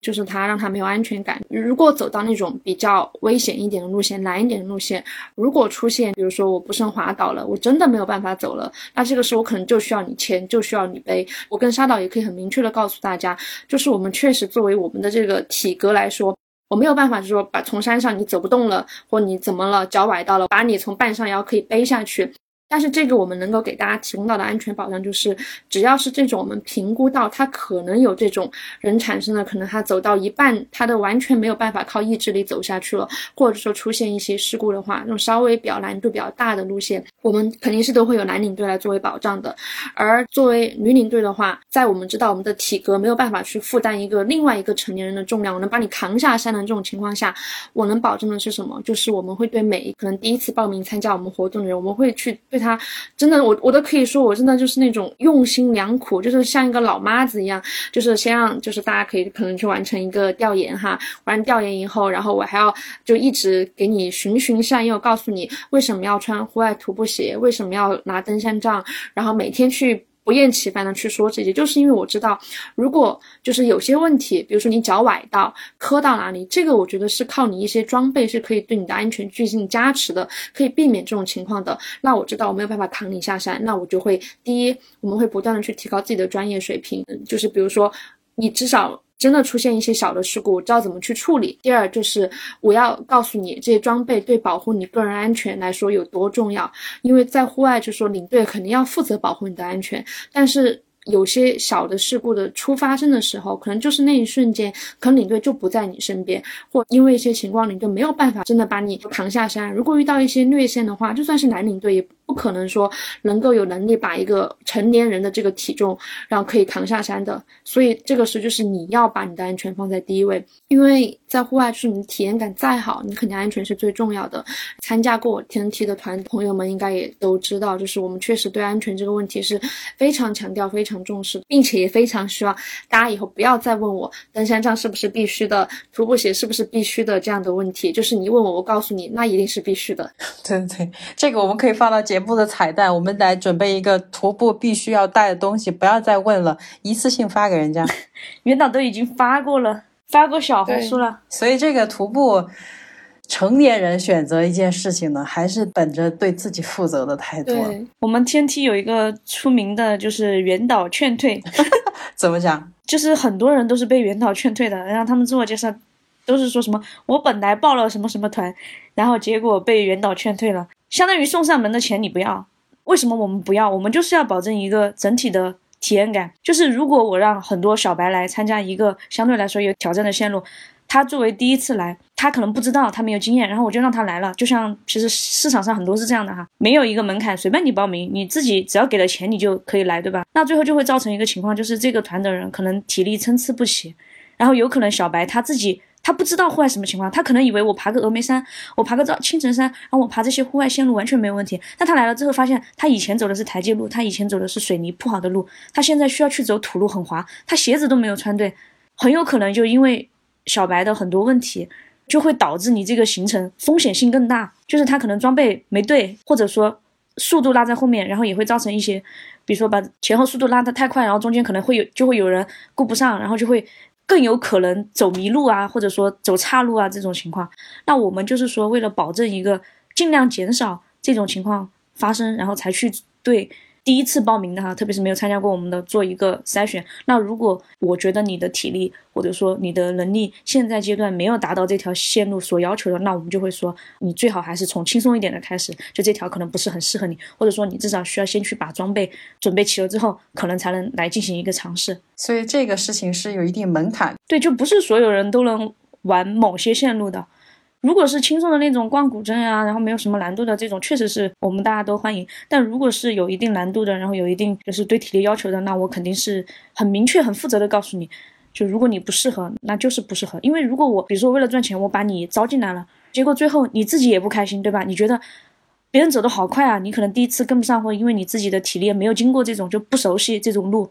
就是他让他没有安全感。如果走到那种比较危险一点的路线，难一点的路线，如果出现比如说我不慎滑倒了，我真的没有办法走了，那这个时候我可能就需要你牵，就需要你背。我跟沙导也可以很明确的告诉大家，就是我们确实作为我们的这个体格来说，我没有办法就是说把从山上你走不动了，或你怎么了脚崴到了，把你从半山腰可以背下去。但是这个我们能够给大家提供到的安全保障就是，只要是这种我们评估到他可能有这种人产生的，可能他走到一半他的完全没有办法靠意志力走下去了，或者说出现一些事故的话，那种稍微比较难度比较大的路线，我们肯定是都会有男领队来作为保障的。而作为女领队的话，在我们知道我们的体格没有办法去负担一个另外一个成年人的重量，我能把你扛下山的这种情况下，我能保证的是什么？就是我们会对每一可能第一次报名参加我们活动的人，我们会去对他真的我我都可以说我真的就是那种用心良苦，就是像一个老妈子一样，就是先让就是大家可以可能去完成一个调研哈，完调研以后，然后我还要就一直给你循循善诱，告诉你为什么要穿户外徒步鞋，为什么要拿登山杖，然后每天去不厌其烦的去说这些，就是因为我知道如果就是有些问题，比如说你脚崴到磕到哪里，这个我觉得是靠你一些装备是可以对你的安全进行加持的，可以避免这种情况的。那我知道我没有办法扛你下山，那我就会第一我们会不断的去提高自己的专业水平，就是比如说你至少真的出现一些小的事故，我知道怎么去处理。第二就是我要告诉你这些装备对保护你个人安全来说有多重要，因为在户外就说领队肯定要负责保护你的安全，但是有些小的事故的初发生的时候，可能就是那一瞬间可能领队就不在你身边，或因为一些情况领队没有办法真的把你扛下山。如果遇到一些虐线的话，就算是男领队也不可能说能够有能力把一个成年人的这个体重然后可以扛下山的。所以这个时候就是你要把你的安全放在第一位，因为在户外就是你的体验感再好，你肯定安全是最重要的。参加过我 T N T 的团朋友们应该也都知道，就是我们确实对安全这个问题是非常强调非常重视的，并且也非常希望大家以后不要再问我登山杖是不是必须的，徒步鞋是不是必须的这样的问题，就是你问我我告诉你那一定是必须的。 对对，这个我们可以放到节目的彩蛋，我们来准备一个徒步必须要带的东西，不要再问了，一次性发给人家。 袁导都已经发过了，发过小红书了。 所以这个徒步成年人选择一件事情呢，还是本着对自己负责的态度。 对， 我们 T N T 有一个出名的就是袁导劝退怎么讲？ 就是很多人都是被袁导劝退的，然后他们自我介绍都是说什么我本来报了什么什么团，然后结果被袁导劝退了，相当于送上门的钱你不要。为什么我们不要？我们就是要保证一个整体的体验感，就是如果我让很多小白来参加一个相对来说有挑战的线路，他作为第一次来，他可能不知道，他没有经验，然后我就让他来了。就像其实市场上很多是这样的哈，没有一个门槛，随便你报名，你自己只要给了钱你就可以来，对吧？那最后就会造成一个情况，就是这个团的人可能体力参差不齐，然后有可能小白他自己他不知道户外什么情况，他可能以为我爬个峨眉山，我爬个青城山，然后我爬这些户外线路完全没有问题。但他来了之后发现，他以前走的是台阶路，他以前走的是水泥铺好的路，他现在需要去走土路，很滑，他鞋子都没有穿对，很有可能就因为小白的很多问题，就会导致你这个行程风险性更大。就是他可能装备没对，或者说速度拉在后面，然后也会造成一些，比如说把前后速度拉得太快，然后中间可能会有就会有人顾不上，然后就会更有可能走迷路啊，或者说走岔路啊这种情况。那我们就是说为了保证一个尽量减少这种情况发生，然后才去对第一次报名的哈，特别是没有参加过我们的做一个筛选。那如果我觉得你的体力或者说你的能力现在阶段没有达到这条线路所要求的，那我们就会说你最好还是从轻松一点的开始，就这条可能不是很适合你，或者说你至少需要先去把装备准备齐了之后，可能才能来进行一个尝试。 所以这个事情是有一定门槛。 对，就不是所有人都能玩某些线路的。如果是轻松的那种逛古镇啊，然后没有什么难度的这种，确实是我们大家都欢迎。但如果是有一定难度的，然后有一定就是对体力要求的，那我肯定是很明确很负责的告诉你，就如果你不适合，那就是不适合。因为如果我比如说为了赚钱我把你招进来了，结果最后你自己也不开心，对吧？你觉得别人走得好快啊，你可能第一次跟不上，或因为你自己的体力没有经过这种就不熟悉这种路，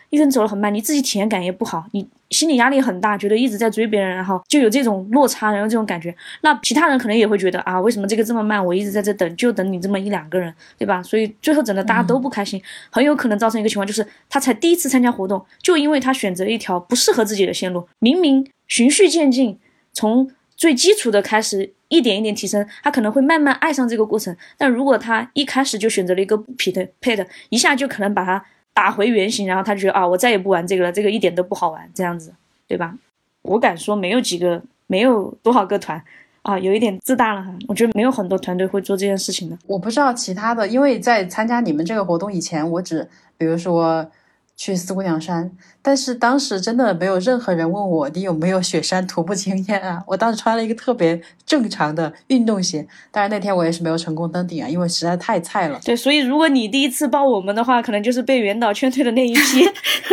一个人走得很慢，你自己体验感也不好，你心理压力很大，觉得一直在追别人，然后就有这种落差，然后这种感觉，那其他人可能也会觉得啊，为什么这个这么慢，我一直在这等，就等你这么一两个人，对吧？所以最后整的大家都不开心，嗯、很有可能造成一个情况，就是他才第一次参加活动，就因为他选择一条不适合自己的线路，明明循序渐进，从最基础的开始一点一点提升，他可能会慢慢爱上这个过程，但如果他一开始就选择了一个不匹配的，一下就可能把他打回原形，然后他就觉得啊，我再也不玩这个了，这个一点都不好玩，这样子，对吧？我敢说没有几个，没有多少个团啊，有一点自大了哈。我觉得没有很多团队会做这件事情的。 我不知道其他的，因为在参加你们这个活动以前，我只比如说去四姑娘山，但是当时真的没有任何人问我你有没有雪山徒步经验啊。我当时穿了一个特别正常的运动鞋，当然那天我也是没有成功登顶啊，因为实在太菜了。 对，所以如果你第一次报我们的话，可能就是被袁导劝退的那一批。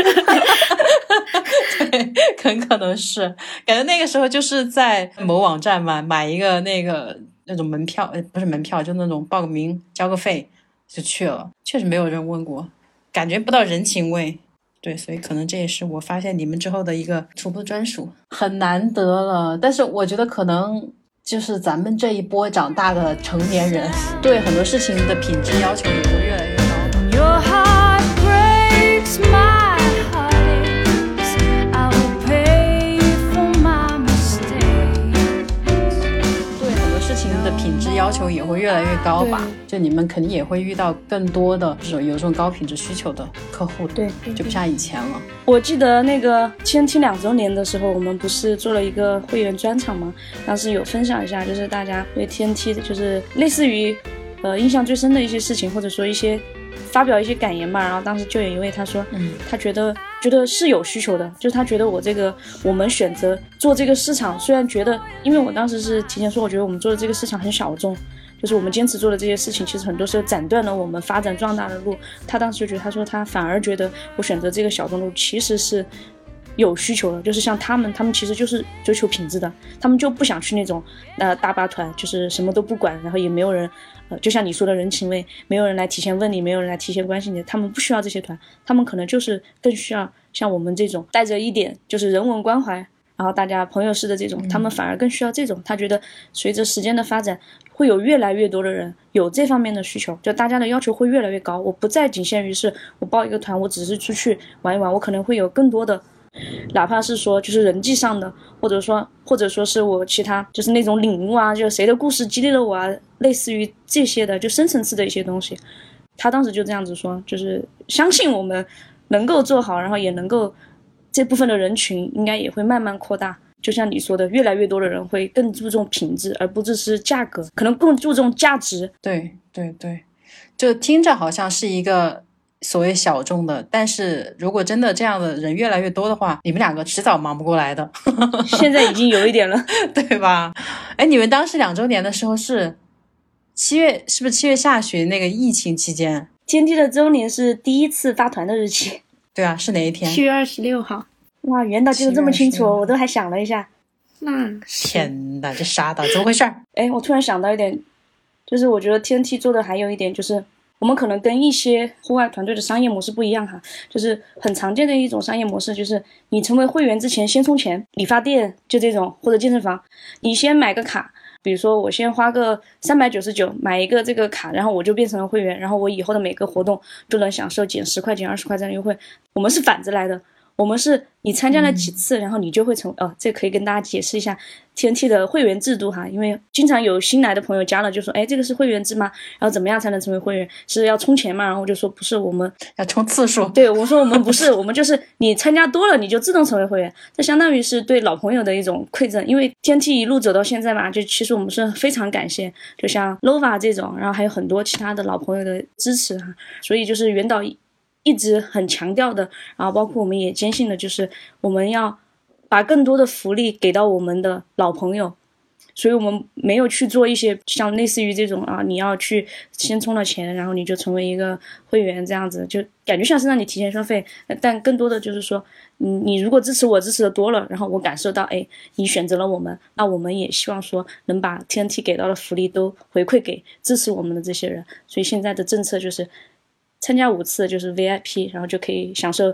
对，很可能是感觉那个时候就是在某网站嘛，买一个那个那种门票，不是门票，就那种报个名交个费就去了，确实没有人问过，感觉不到人情味。对，所以可能这也是我发现你们之后的一个徒步专属，很难得了。但是我觉得可能就是咱们这一波长大的成年人，对很多事情的品质要求也会越来越高。 Your heart breaks, my heart aches. I will pay for my mistakes. 对很多事情的品质要求也会越来越高吧。就你们肯定也会遇到更多的这种有这种高品质需求的客户， 对， 就不像以前了。 我记得那个 T N T 两周年的时候，我们不是做了一个会员专场吗？当时有分享一下，就是大家对 T N T 的就是类似于呃印象最深的一些事情，或者说一些发表一些感言嘛。然后当时就有一位他说，嗯，他觉得觉得是有需求的，就是他觉得我这个我们选择做这个市场，虽然觉得，因为我当时是提前说，我觉得我们做的这个市场很小众。就是我们坚持做的这些事情，其实很多时候斩断了我们发展壮大的路。他当时就觉得，他说他反而觉得我选择这个小众路其实是有需求的，就是像他们，他们其实就是追求品质的，他们就不想去那种呃大巴团，就是什么都不管，然后也没有人呃，就像你说的人情味，没有人来提前问你，没有人来提前关心你，他们不需要这些团，他们可能就是更需要像我们这种带着一点就是人文关怀，然后大家朋友式的这种，他们反而更需要这种。他觉得随着时间的发展，会有越来越多的人有这方面的需求，就大家的要求会越来越高。我不再仅限于是我报一个团，我只是出去玩一玩，我可能会有更多的，哪怕是说就是人际上的，或者说或者说是我其他就是那种领悟啊，就谁的故事激励了我啊，类似于这些的，就深层次的一些东西。他当时就这样子说，就是相信我们能够做好，然后也能够这部分的人群应该也会慢慢扩大。就像你说的，越来越多的人会更注重品质，而不只是价格，可能更注重价值。 对对对，就听着好像是一个所谓小众的，但是如果真的这样的人越来越多的话，你们两个迟早忙不过来的。 现在已经有一点了， 对吧？哎，你们当时两周年的时候是七月，是不是七月下旬那个疫情期间？ 天梯的周年是第一次发团的日期。 对啊，是哪一天？ 七月二十六号。 哇，袁导记得这么清楚，我都还想了一下。 那天哪，这傻导怎么回事？ 哎，我突然想到一点，就是我觉得 T N T 做的还有一点就是，我们可能跟一些户外团队的商业模式不一样哈，就是很常见的一种商业模式，就是你成为会员之前先充钱，理发店就这种或者健身房，你先买个卡。比如说我先花个三百九十九买一个这个卡，然后我就变成了会员，然后我以后的每个活动就能享受减十块钱二十块这样的优惠。我们是反着来的，我们是你参加了几次，然后你就会成哦，这可以跟大家解释一下 T N T 的会员制度哈，因为经常有新来的朋友加了就说，哎，这个是会员制吗？然后怎么样才能成为会员？是要充钱吗？然后我就说不是，我们要充次数。 对，我说我们不是，我们就是你参加多了你就自动成为会员，这相当于是对老朋友的一种馈赠。因为 T N T 一路走到现在嘛，就其实我们是非常感谢，就像 Lova 这种，然后还有很多其他的老朋友的支持哈，所以就是袁导一直很强调的，然后包括我们也坚信的，就是我们要把更多的福利给到我们的老朋友，所以我们没有去做一些像类似于这种啊，你要去先充了钱，然后你就成为一个会员这样子，就感觉像是让你提前消费，但更多的就是说，你你如果支持我支持的多了，然后我感受到，哎，你选择了我们，那我们也希望说能把 T N T 给到的福利都回馈给支持我们的这些人，所以现在的政策就是参加五次就是 V I P， 然后就可以享受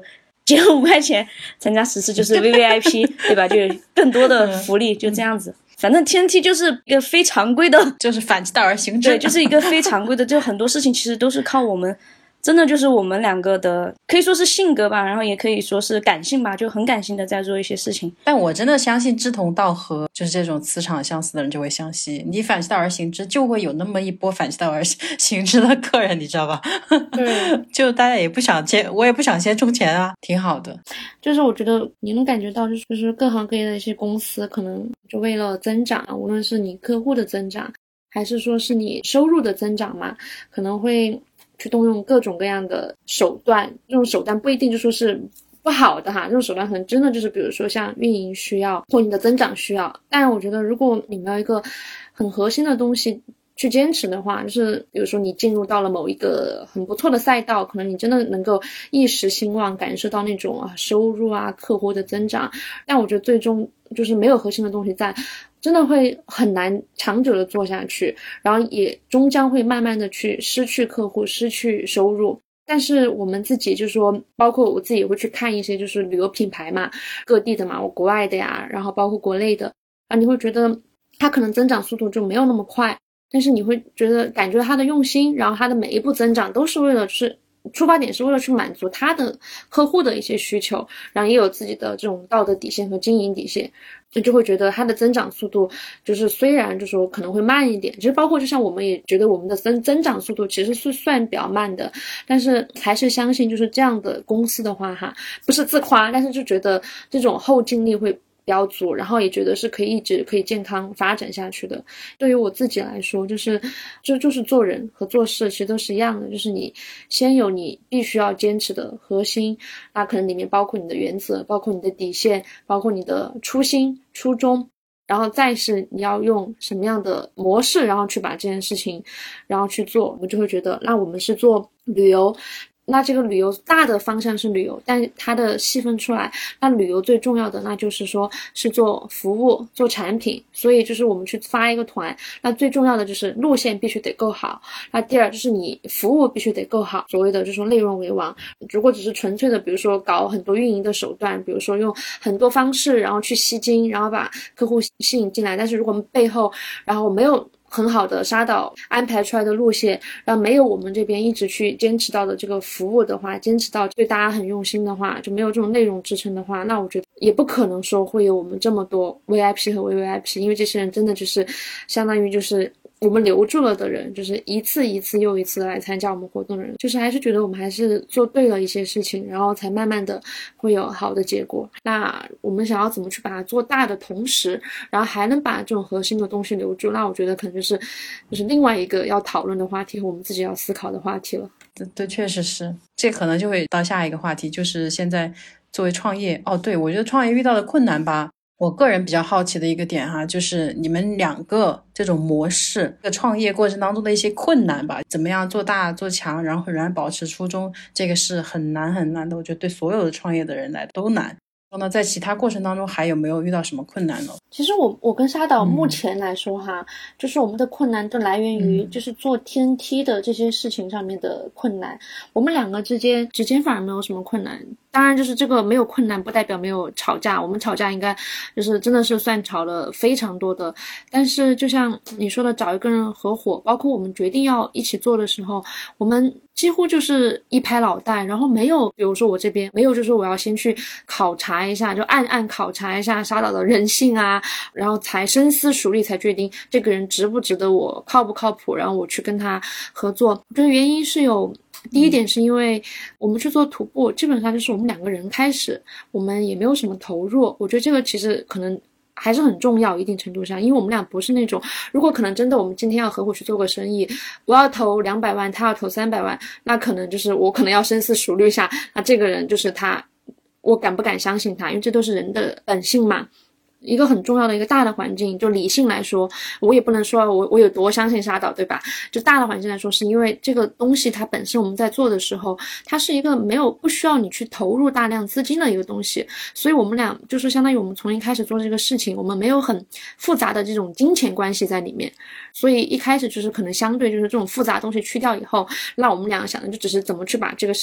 减五块钱参加十次就是 V V I P 对吧，就有更多的福利，就这样子。反正天梯就是一个非常规的， 就是反其道而行之， 对，就是一个非常规的，就很多事情其实都是靠我们，真的就是我们两个的，可以说是性格吧，然后也可以说是感性吧，就很感性的在做一些事情。 但我真的相信志同道合，就是这种磁场相似的人就会相吸，你反其道而行之，就会有那么一波反其道而行之的客人，你知道吧？对，就大家也不想先，我也不想先充钱啊，挺好的。 就是我觉得你能感觉到，就是各行各业的一些公司，可能就为了增长，无论是你客户的增长，还是说是你收入的增长嘛，可能会去动用各种各样的手段。这种手段不一定就说是不好的哈，这种手段可能真的就是比如说像运营需要或你的增长需要。但我觉得如果你没有一个很核心的东西去坚持的话，就是比如说你进入到了某一个很不错的赛道，可能你真的能够一时兴旺，感受到那种啊收入啊客户的增长，但我觉得最终就是没有核心的东西在，真的会很难长久的做下去，然后也终将会慢慢的去失去客户，失去收入。但是我们自己就是说，包括我自己也会去看一些就是旅游品牌嘛，各地的嘛，我国外的呀，然后包括国内的啊，你会觉得它可能增长速度就没有那么快，但是你会觉得感觉它的用心，然后它的每一步增长都是为了就是出发点是为了去满足他的客户的一些需求，然后也有自己的这种道德底线和经营底线，就就会觉得它的增长速度就是虽然就是说可能会慢一点，其实包括就像我们也觉得我们的增增长速度其实是算比较慢的，但是还是相信就是这样的公司的话哈，不是自夸，但是就觉得这种后劲力会比较足，然后也觉得是可以一直可以健康发展下去的。对于我自己来说，就是就就是做人和做事其实都是一样的，就是你先有你必须要坚持的核心，那可能里面包括你的原则，包括你的底线，包括你的初心初衷，然后再是你要用什么样的模式然后去把这件事情然后去做。我们就会觉得那我们是做旅游，那这个旅游大的方向是旅游，但它的细分出来，那旅游最重要的那就是说是做服务做产品，所以就是我们去发一个团，那最重要的就是路线必须得够好，那第二就是你服务必须得够好，所谓的就是说内容为王。如果只是纯粹的比如说搞很多运营的手段，比如说用很多方式然后去吸金，然后把客户吸引进来，但是如果我们背后然后没有很好的沙导安排出来的路线，然后没有我们这边一直去坚持到的这个服务的话，坚持到对大家很用心的话，就没有这种内容支撑的话，那我觉得也不可能说会有我们这么多 V I P 和 V V I P， 因为这些人真的就是相当于就是我们留住了的人，就是一次一次又一次来参加我们活动的人，就是还是觉得我们还是做对了一些事情，然后才慢慢的会有好的结果。那我们想要怎么去把它做大的同时，然后还能把这种核心的东西留住，那我觉得可能就是就是另外一个要讨论的话题和我们自己要思考的话题了。 对对，确实是，这可能就会到下一个话题，就是现在作为创业，哦对，我觉得创业遇到的困难吧，我个人比较好奇的一个点哈，就是你们两个这种模式这个创业过程当中的一些困难吧，怎么样做大做强，然后仍然保持初衷，这个是很难很难的，我觉得对所有的创业的人来都难。然后呢，在其他过程当中还有没有遇到什么困难呢？ 其实我我跟沙导目前来说哈、嗯、就是我们的困难都来源于就是做天梯的这些事情上面的困难、嗯、我们两个之间之间反而没有什么困难。当然就是这个没有困难不代表没有吵架，我们吵架应该就是真的是算吵了非常多的，但是就像你说的找一个人合伙，包括我们决定要一起做的时候，我们几乎就是一拍脑袋，然后没有比如说我这边没有就是我要先去考察一下，就暗暗考察一下沙导的人性啊，然后才深思熟虑才决定这个人值不值得我，靠不靠谱，然后我去跟他合作。我觉得原因是有第一点是因为我们去做徒步基本上就是我们两个人开始，我们也没有什么投入，我觉得这个其实可能还是很重要一定程度上，因为我们俩不是那种如果可能真的我们今天要合伙去做个生意，我要投两百万他要投三百万，那可能就是我可能要深思熟虑一下，那这个人就是他我敢不敢相信他，因为这都是人的本性嘛。一个很重要的一个大的环境，就理性来说我也不能说我我有多相信沙导对吧，就大的环境来说是因为这个东西它本身我们在做的时候它是一个没有不需要你去投入大量资金的一个东西，所以我们俩就是相当于我们从一开始做这个事情我们没有很复杂的这种金钱关系在里面，所以一开始就是可能相对就是这种复杂的东西去掉以后，那我们俩想的就只是怎么去把这个事情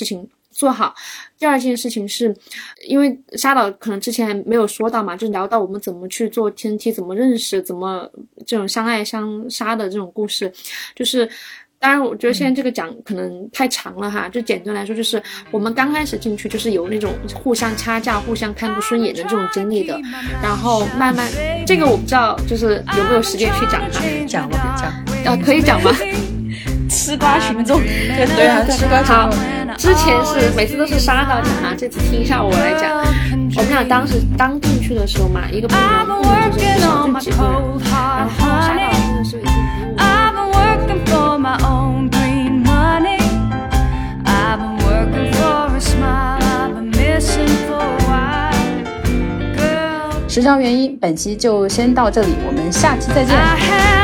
做好。第二件事情是，因为沙导可能之前没有说到嘛，就聊到我们怎么去做 T N T， 怎么认识，怎么这种相爱相杀的这种故事，就是当然我觉得现在这个讲可能太长了哈，就简单来说就是我们刚开始进去就是有那种互相掐架互相看不顺眼的这种经历的，然后慢慢这个我不知道就是有没有时间去讲它。 讲吧讲啊，可以讲吗？ 吃瓜群众对对啊，吃瓜群好众。 之前是每次都是沙导讲啊，这次听一下我来讲。我们俩当时刚进去的时候嘛，一个部门部门就是至少就几个人，然后沙导那个时候已经比我时长原因，本期就先到这里，我们下期再见。